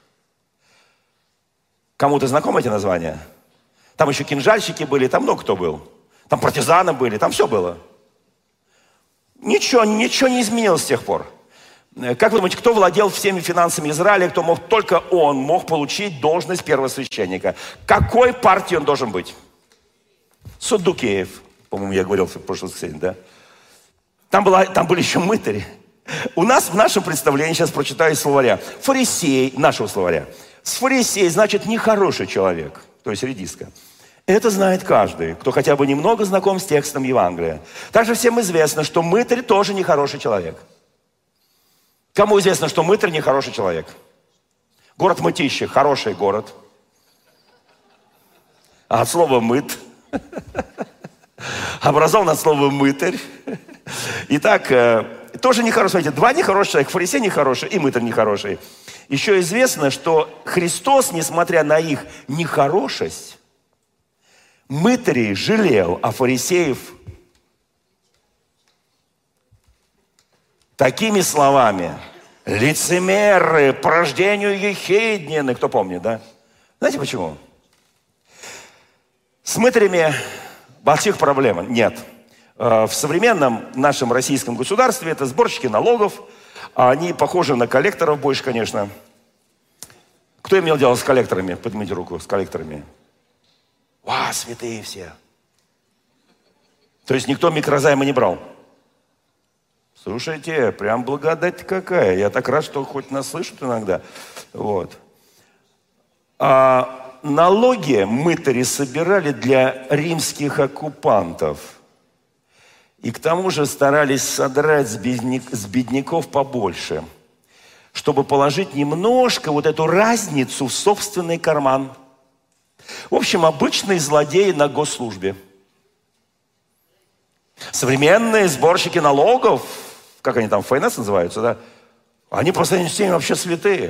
Кому-то знакомы эти названия? Там еще кинжальщики были, там много кто был. Там партизаны были, там все было. Ничего, ничего не изменилось с тех пор. Как вы думаете, кто владел всеми финансами Израиля, кто мог, только он мог получить должность первосвященника? Какой партии он должен быть? Саддукеев, по-моему, я говорил в прошлое воскресенье, да? Там, была, там были еще мытари. У нас в нашем представлении, сейчас прочитаю из словаря, фарисей, нашего словаря. С фарисей значит нехороший человек, то есть редиска. Это знает каждый, кто хотя бы немного знаком с текстом Евангелия. Также всем известно, что мытарь тоже нехороший человек. Кому известно, что мытарь нехороший человек? Город Мытищи, хороший город. А от слова «мыт» образован от слова «мытарь». Итак, тоже нехороший. Смотрите, два нехороших человека. Фарисей нехороший и мытарь нехороший. Еще известно, что Христос, несмотря на их нехорошесть, мытарей жалел, а фарисеев такими словами: лицемеры, по рождению ехиднины. Кто помнит, да? Знаете почему? С мытарями больших проблем нет. В современном нашем российском государстве это сборщики налогов. Они похожи на коллекторов больше, конечно. Кто имел дело с коллекторами? Поднимите руку, с коллекторами. Ва, святые все. То есть никто микрозаймы не брал. Слушайте, прям благодать какая. Я так рад, что хоть нас слышат иногда. Вот. А налоги мытари собирали для римских оккупантов. И к тому же старались содрать с, бедняк, с бедняков побольше, чтобы положить немножко вот эту разницу в собственный карман. В общем, обычные злодеи на госслужбе. Современные сборщики налогов, как они там, ФНС называются, да? Они по сравнению с теми вообще святые.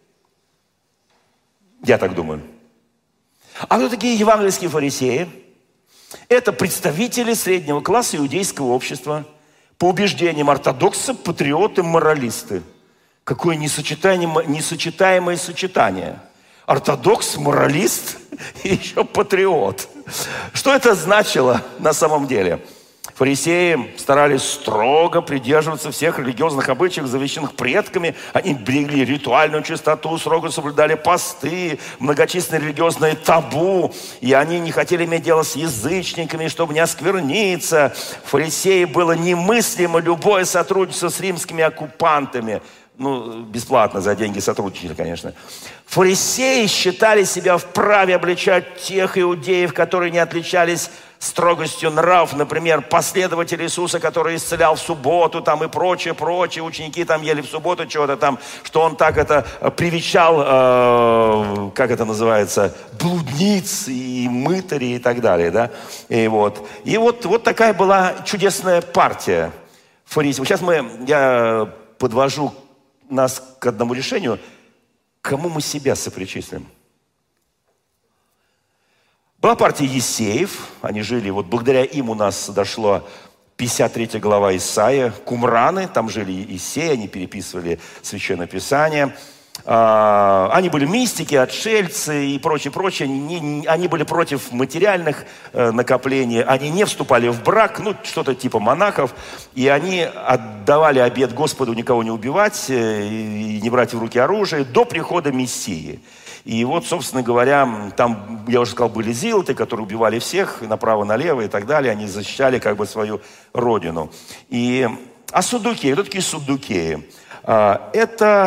Я так думаю. А кто такие евангельские фарисеи? Это представители среднего класса иудейского общества. По убеждениям ортодоксы, патриоты, моралисты. Какое несочетаемое, несочетаемое сочетание. Ортодокс, моралист и еще патриот. Что это значило на самом деле? Фарисеи старались строго придерживаться всех религиозных обычаев, завещанных предками. Они берегли ритуальную чистоту, строго соблюдали посты, многочисленные религиозные табу. И они не хотели иметь дело с язычниками, чтобы не оскверниться. Фарисеи было немыслимо любое сотрудничество с римскими оккупантами. Ну, бесплатно, за деньги сотрудничали, конечно. Фарисеи считали себя вправе обличать тех иудеев, которые не отличались строгостью нрав, например, последователь Иисуса, который исцелял в субботу, там и прочее, прочее, ученики там ели в субботу чего-то там, что он так это привечал, э, как это называется, блудниц и мытарей и так далее, да, и вот. И вот, вот такая была чудесная партия фарисеев. Сейчас мы, я подвожу нас к одному решению, кому мы себя сопричислим. Была партия Есеев, они жили, вот благодаря им у нас дошло пятьдесят третья глава Исаия, кумраны, там жили Иисеи, они переписывали Священное Писание. Они были мистики, отшельцы и прочее, прочее. Они, они были против материальных накоплений, они не вступали в брак, ну, что-то типа монахов, и они отдавали обет Господу никого не убивать и не брать в руки оружие до прихода Мессии. И вот, собственно говоря, там, я уже сказал, были зилты, которые убивали всех направо-налево и так далее. Они защищали как бы свою родину. И, а саддукеи, кто такие саддукеи? Это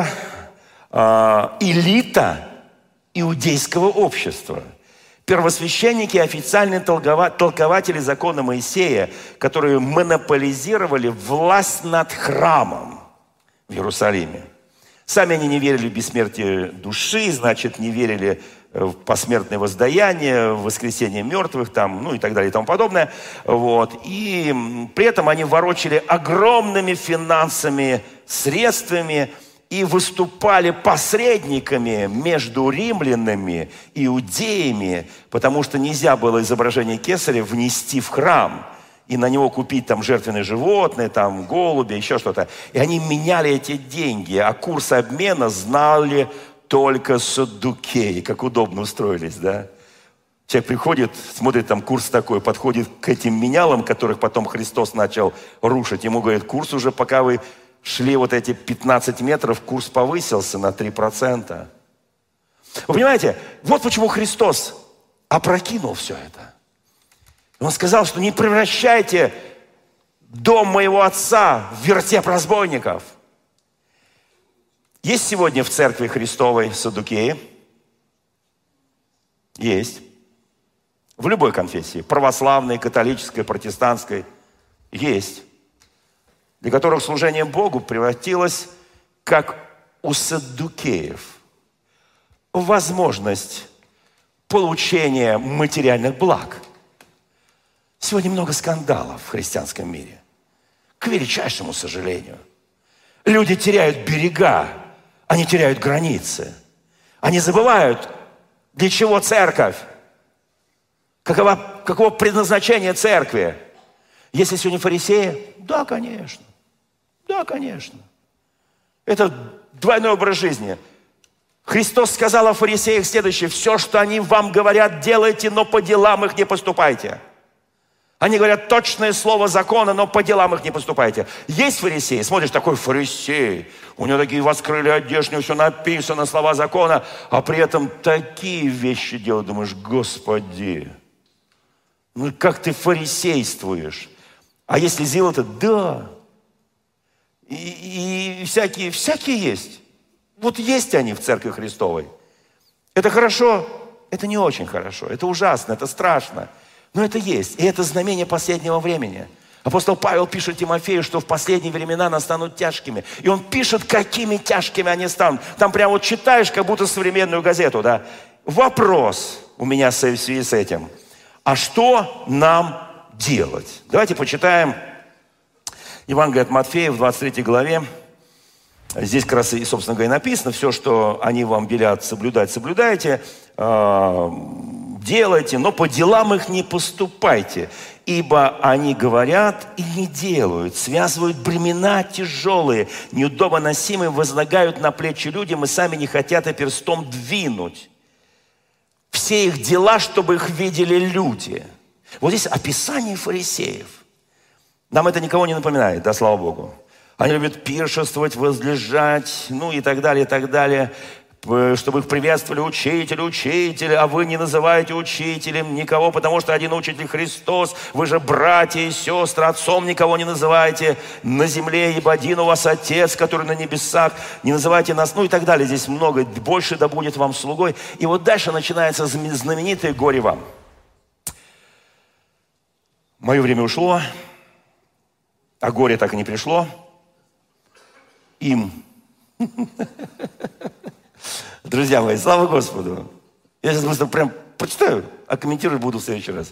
элита иудейского общества. Первосвященники, официальные толкователи закона Моисея, которые монополизировали власть над храмом в Иерусалиме. Сами они не верили в бессмертие души, значит, не верили в посмертное воздаяние, в воскресение мертвых, там, ну и так далее и тому подобное. Вот. И при этом они ворочали огромными финансовыми средствами и выступали посредниками между римлянами и иудеями, потому что нельзя было изображение кесаря внести в храм и на него купить там жертвенные животные, там голуби, еще что-то. И они меняли эти деньги, а курс обмена знали только саддукеи. Как удобно устроились, да? Человек приходит, смотрит, там курс такой, подходит к этим менялам, которых потом Христос начал рушить. Ему говорят, курс уже, пока вы шли вот эти пятнадцать метров, курс повысился на три процента. Вы понимаете, вот почему Христос опрокинул все это. Он сказал, что не превращайте дом моего отца в вертеп разбойников. Есть сегодня в церкви Христовой саддукеи? Есть. В любой конфессии. Православной, католической, протестантской. Есть. Для которых служение Богу превратилось, как у саддукеев, в возможность получения материальных благ. Сегодня много скандалов в христианском мире. К величайшему сожалению. Люди теряют берега, они теряют границы. Они забывают, для чего церковь, каково, каково предназначение церкви. Если сегодня фарисеи, да, конечно. Да, конечно. Это двойной образ жизни. Христос сказал о фарисеях следующее: все, что они вам говорят, делайте, но по делам их не поступайте. Они говорят точное слово закона, но по делам их не поступайте. Есть фарисеи, смотришь, такой фарисей, у него такие воскрыли одежды, у него все написано, слова закона, а при этом такие вещи делают. Думаешь, Господи, ну как ты фарисействуешь? А если зило-то? Да. И, и всякие, всякие есть. Вот есть они в Церкви Христовой. Это хорошо, это не очень хорошо, это ужасно, это страшно. Но это есть, и это знамение последнего времени. Апостол Павел пишет Тимофею, что в последние времена настанут тяжкими. И он пишет, какими тяжкими они станут. Там прямо вот читаешь, как будто современную газету, да. Вопрос у меня в связи с этим. А что нам делать? Давайте почитаем Евангелие от Матфея в двадцать третьей главе. Здесь как раз, и, собственно говоря, написано, все, что они вам велят соблюдать, соблюдайте, э, делайте, но по делам их не поступайте, ибо они говорят и не делают, связывают бремена тяжелые, неудобно носимые, возлагают на плечи людям и сами не хотят и перстом двинуть. Все их дела, чтобы их видели люди. Вот здесь описание фарисеев. Нам это никого не напоминает, да, слава Богу. Они любят пиршествовать, возлежать, ну и так далее, и так далее, чтобы их приветствовали: учитель, учитель, а вы не называете учителем никого, потому что один учитель Христос, вы же братья и сестры, отцом никого не называете на земле, ибо один у вас Отец, который на небесах, не называйте нас, ну и так далее. Здесь много, больше да будет вам слугой. И вот дальше начинается знаменитое «Горе вам». Мое время ушло, а горе так и не пришло. Им. Друзья мои, слава Господу. Я сейчас быстро прям прочитаю, а комментировать буду в следующий раз.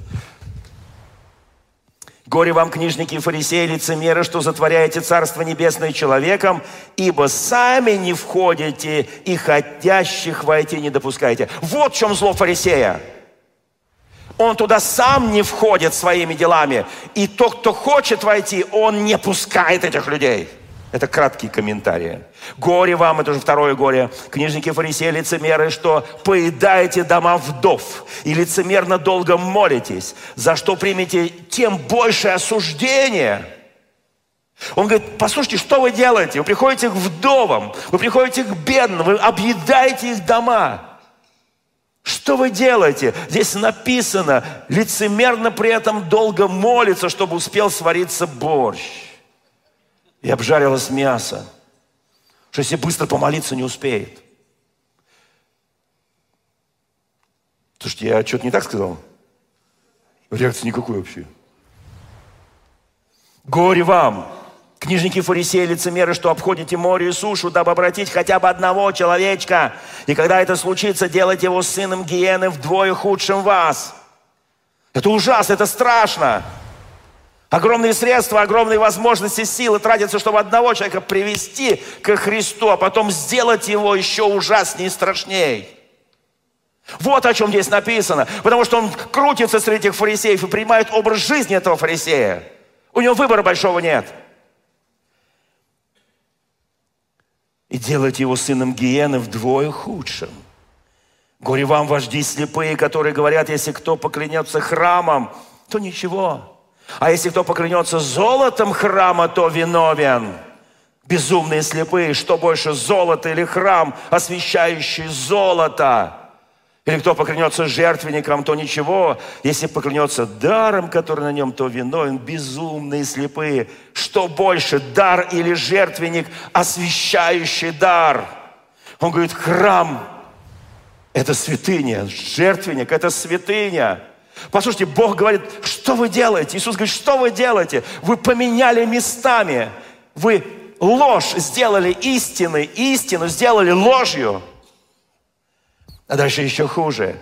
«Горе вам, книжники и фарисеи, лицемеры, что затворяете Царство Небесное человеком, ибо сами не входите и хотящих войти не допускаете». Вот в чем зло фарисея. Он туда сам не входит своими делами. И тот, кто хочет войти, он не пускает этих людей. Это краткие комментарии. «Горе вам», это уже второе горе. «Книжники, фарисеи, лицемеры, что поедаете дома вдов и лицемерно долго молитесь, за что примете тем большее осуждение». Он говорит: послушайте, что вы делаете? Вы приходите к вдовам, вы приходите к бедным, вы объедаете их дома. Что вы делаете? Здесь написано: лицемерно при этом долго молится, чтобы успел свариться борщ. И обжарилось мясо, что если быстро помолиться, не успеет. Слушайте, я что-то не так сказал? Реакции никакой вообще. «Горе вам, книжники, фарисеи, лицемеры, что обходите море и сушу, дабы обратить хотя бы одного человечка. И когда это случится, делайте его сыном гиены вдвое худшим вас». Это ужасно, это страшно. Огромные средства, огромные возможности, силы тратятся, чтобы одного человека привести к Христу, а потом сделать его еще ужаснее и страшнее. Вот о чем здесь написано. Потому что он крутится среди этих фарисеев и принимает образ жизни этого фарисея. У него выбора большого нет. И делайте его сыном гиены вдвое худшим. «Горе вам, вожди слепые, которые говорят: если кто поклянется храмом, то ничего. А если кто поклянется золотом храма, то виновен». Безумные слепые, что больше, золото или храм, освящающий золото? Или кто поклянется жертвенником, то ничего. Если поклянется даром, который на нем, то виновен. Безумные слепые, что больше, дар или жертвенник, освящающий дар? Он говорит, храм – это святыня, жертвенник – это святыня. Послушайте, Бог говорит, что вы делаете? Иисус говорит, что вы делаете? Вы поменяли местами. Вы ложь сделали истиной, истину сделали ложью. А дальше еще хуже.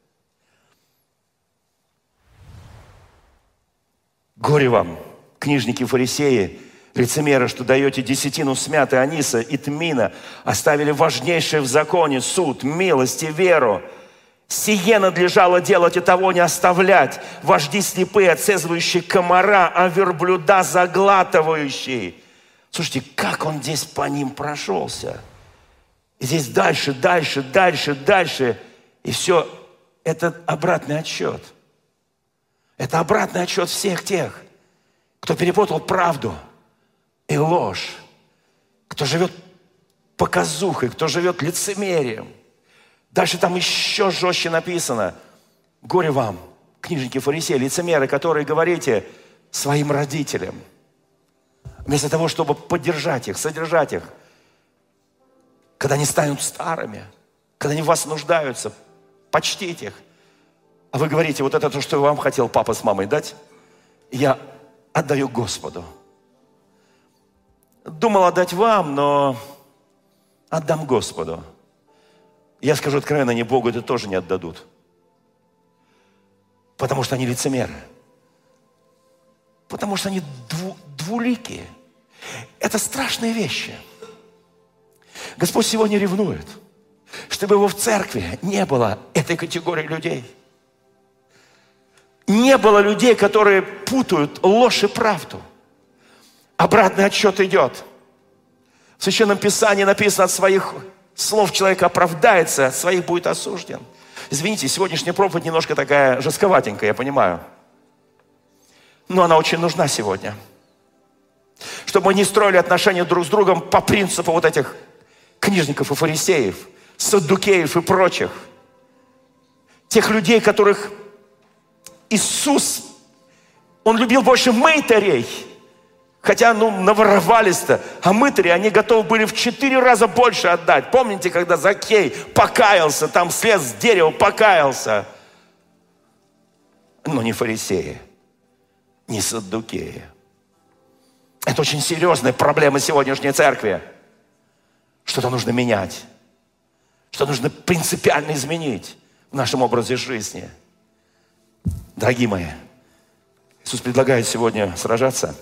Горе вам, книжники, фарисеи, лицемеры, что даете десятину смяты аниса и тмина, оставили важнейшее в законе суд, милость и веру. Сие надлежало делать и того не оставлять. Вожди слепые, отцезвающие комара, а верблюда заглатывающие. Слушайте, как он здесь по ним прошелся. И здесь дальше, дальше, дальше, дальше. И все, это обратный отсчет. Это обратный отсчет всех тех, кто перепутал правду и ложь. Кто живет показухой, кто живет лицемерием. Дальше там еще жестче написано. Горе вам, книжники, фарисеи, лицемеры, которые говорите своим родителям. Вместо того, чтобы поддержать их, содержать их. Когда они станут старыми, когда они в вас нуждаются, почтите их. А вы говорите, вот это то, что вам хотел папа с мамой дать, я отдаю Господу. Думал отдать вам, но отдам Господу. Я скажу откровенно, они Богу это тоже не отдадут. Потому что они лицемеры. Потому что они дву, двуликие. Это страшные вещи. Господь сегодня ревнует, чтобы его в церкви не было этой категории людей. Не было людей, которые путают ложь и правду. Обратный отсчет идет. В Священном Писании написано, от своих слов человек оправдается, от своих будет осужден. Извините, сегодняшняя проповедь немножко такая жестковатенькая, я понимаю. Но она очень нужна сегодня. Чтобы мы не строили отношения друг с другом по принципу вот этих книжников и фарисеев, саддукеев и прочих. Тех людей, которых Иисус, Он любил больше мытарей. Хотя, ну, наворовались-то. А мытари, они готовы были в четыре раза больше отдать. Помните, когда Закхей покаялся, там слез с дерева, покаялся. Но не фарисеи, не саддукеи. Это очень серьезная проблема сегодняшней церкви. Что-то нужно менять. Что нужно принципиально изменить в нашем образе жизни. Дорогие мои, Иисус предлагает сегодня сражаться,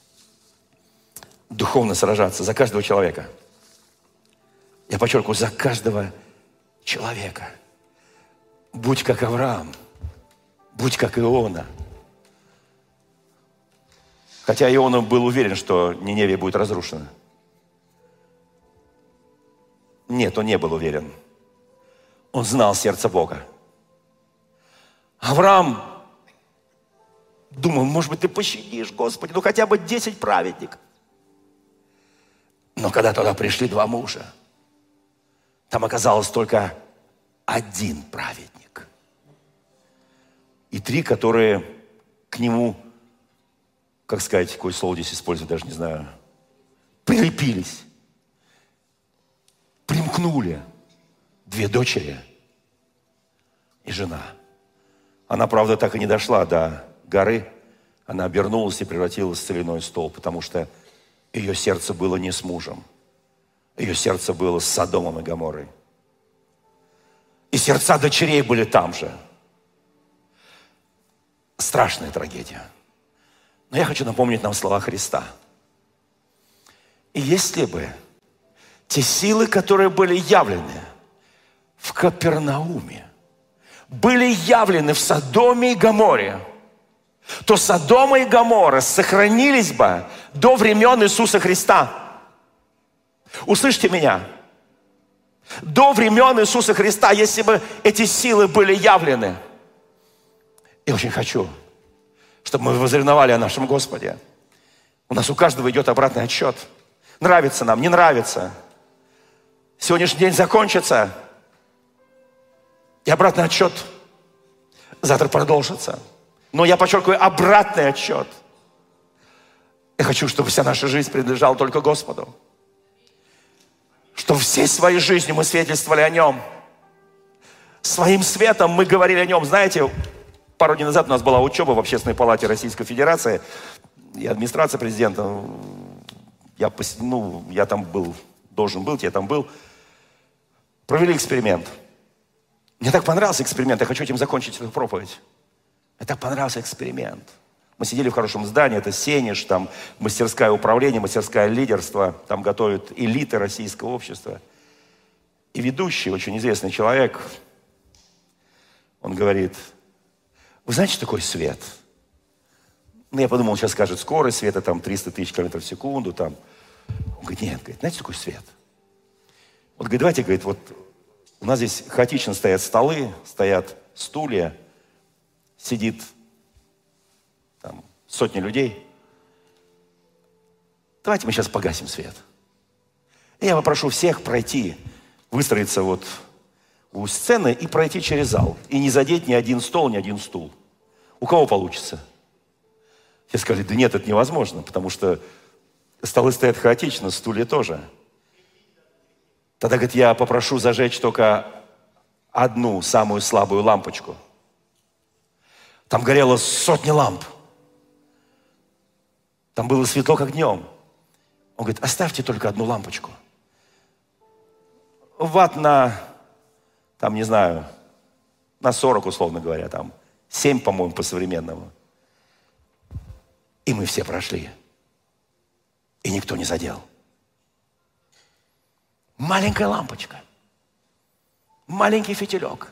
духовно сражаться за каждого человека. Я подчеркиваю, за каждого человека. Будь как Авраам, будь как Иона. Хотя Иона был уверен, что Ниневия будет разрушена. Нет, он не был уверен. Он знал сердце Бога. Авраам думал, может быть, ты пощадишь, Господи, ну хотя бы десять праведников. Но когда туда пришли два мужа, там оказалось только один праведник. И три, которые к нему, как сказать, какое слово здесь использовать, даже не знаю, прилепились. Примкнули две дочери и жена. Она, правда, так и не дошла до горы. Она обернулась и превратилась в соляной столб, потому что ее сердце было не с мужем. Ее сердце было с Содомом и Гоморрой. И сердца дочерей были там же. Страшная трагедия. Но я хочу напомнить нам слова Христа. И если бы те силы, которые были явлены в Капернауме, были явлены в Содоме и Гоморре, то Содома и Гоморра сохранились бы до времен Иисуса Христа. Услышьте меня. До времен Иисуса Христа, если бы эти силы были явлены. Я очень хочу, чтобы мы возревновали о нашем Господе. У нас у каждого идет обратный отсчет. Нравится нам, не нравится. Сегодняшний день закончится, и обратный отсчет завтра продолжится. Но я подчеркиваю, обратный отсчет. Я хочу, чтобы вся наша жизнь принадлежала только Господу. Чтобы всей своей жизнью мы свидетельствовали о Нем. Своим светом мы говорили о Нем. Знаете, пару дней назад у нас была учеба в Общественной палате Российской Федерации. И администрация президента, я, ну, я там был, должен был, я там был. Провели эксперимент. Мне так понравился эксперимент, я хочу этим закончить эту проповедь. Мне так понравился эксперимент. Мы сидели в хорошем здании, это Сенеж, там мастерское управление, мастерское лидерство, там готовят элиты российского общества. И ведущий, очень известный человек, он говорит: вы знаете, что такое свет? Ну, я подумал, он сейчас скажет, скорость света там триста тысяч километров в секунду. Там. Он говорит, нет, говорит, знаете, что такое свет? Вот, говорит, давайте, говорит, вот у нас здесь хаотично стоят столы, стоят стулья, сидит там сотни людей. Давайте мы сейчас погасим свет. И я попрошу всех пройти, выстроиться вот у сцены и пройти через зал. И не задеть ни один стол, ни один стул. У кого получится? Все сказали, да нет, это невозможно, потому что столы стоят хаотично, стулья тоже. Тогда, говорит, я попрошу зажечь только одну самую слабую лампочку. Там горело сотни ламп. Там было светло, как днем. Он говорит, оставьте только одну лампочку. Ватт на, там, не знаю, на сорок, условно говоря, там, семь, по-моему, по-современному. И мы все прошли. И никто не задел. Маленькая лампочка. Маленький фитилек.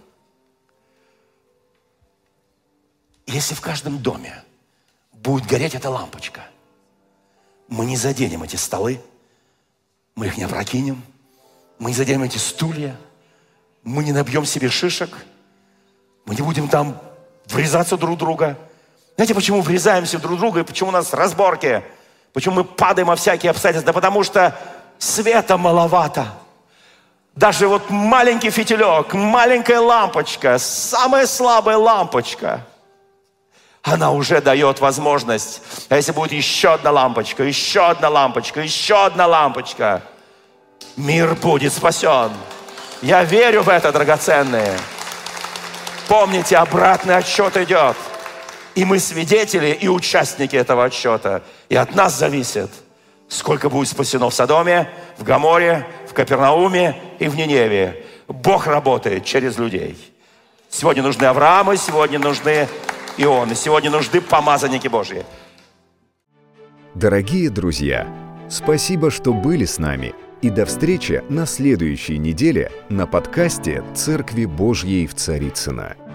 Если в каждом доме будет гореть эта лампочка, мы не заденем эти столы, мы их не опрокинем, мы не заденем эти стулья, мы не набьем себе шишек, мы не будем там врезаться друг в друга. Знаете, почему врезаемся друг в друга и почему у нас разборки? Почему мы падаем о всякие обстоятельства? Да потому что света маловато. Даже вот маленький фитилек, маленькая лампочка, самая слабая лампочка, она уже дает возможность. А если будет еще одна лампочка, еще одна лампочка, еще одна лампочка, мир будет спасен. Я верю в это, драгоценные. Помните, обратный отсчет идет. И мы свидетели и участники этого отсчета. И от нас зависит, сколько будет спасено в Содоме, в Гоморе, в Капернауме и в Ниневии. Бог работает через людей. Сегодня нужны Авраамы, сегодня нужны Ионы, сегодня нужны помазанники Божьи. Дорогие друзья, спасибо, что были с нами. И до встречи на следующей неделе на подкасте «Церкви Божьей в Царицыно».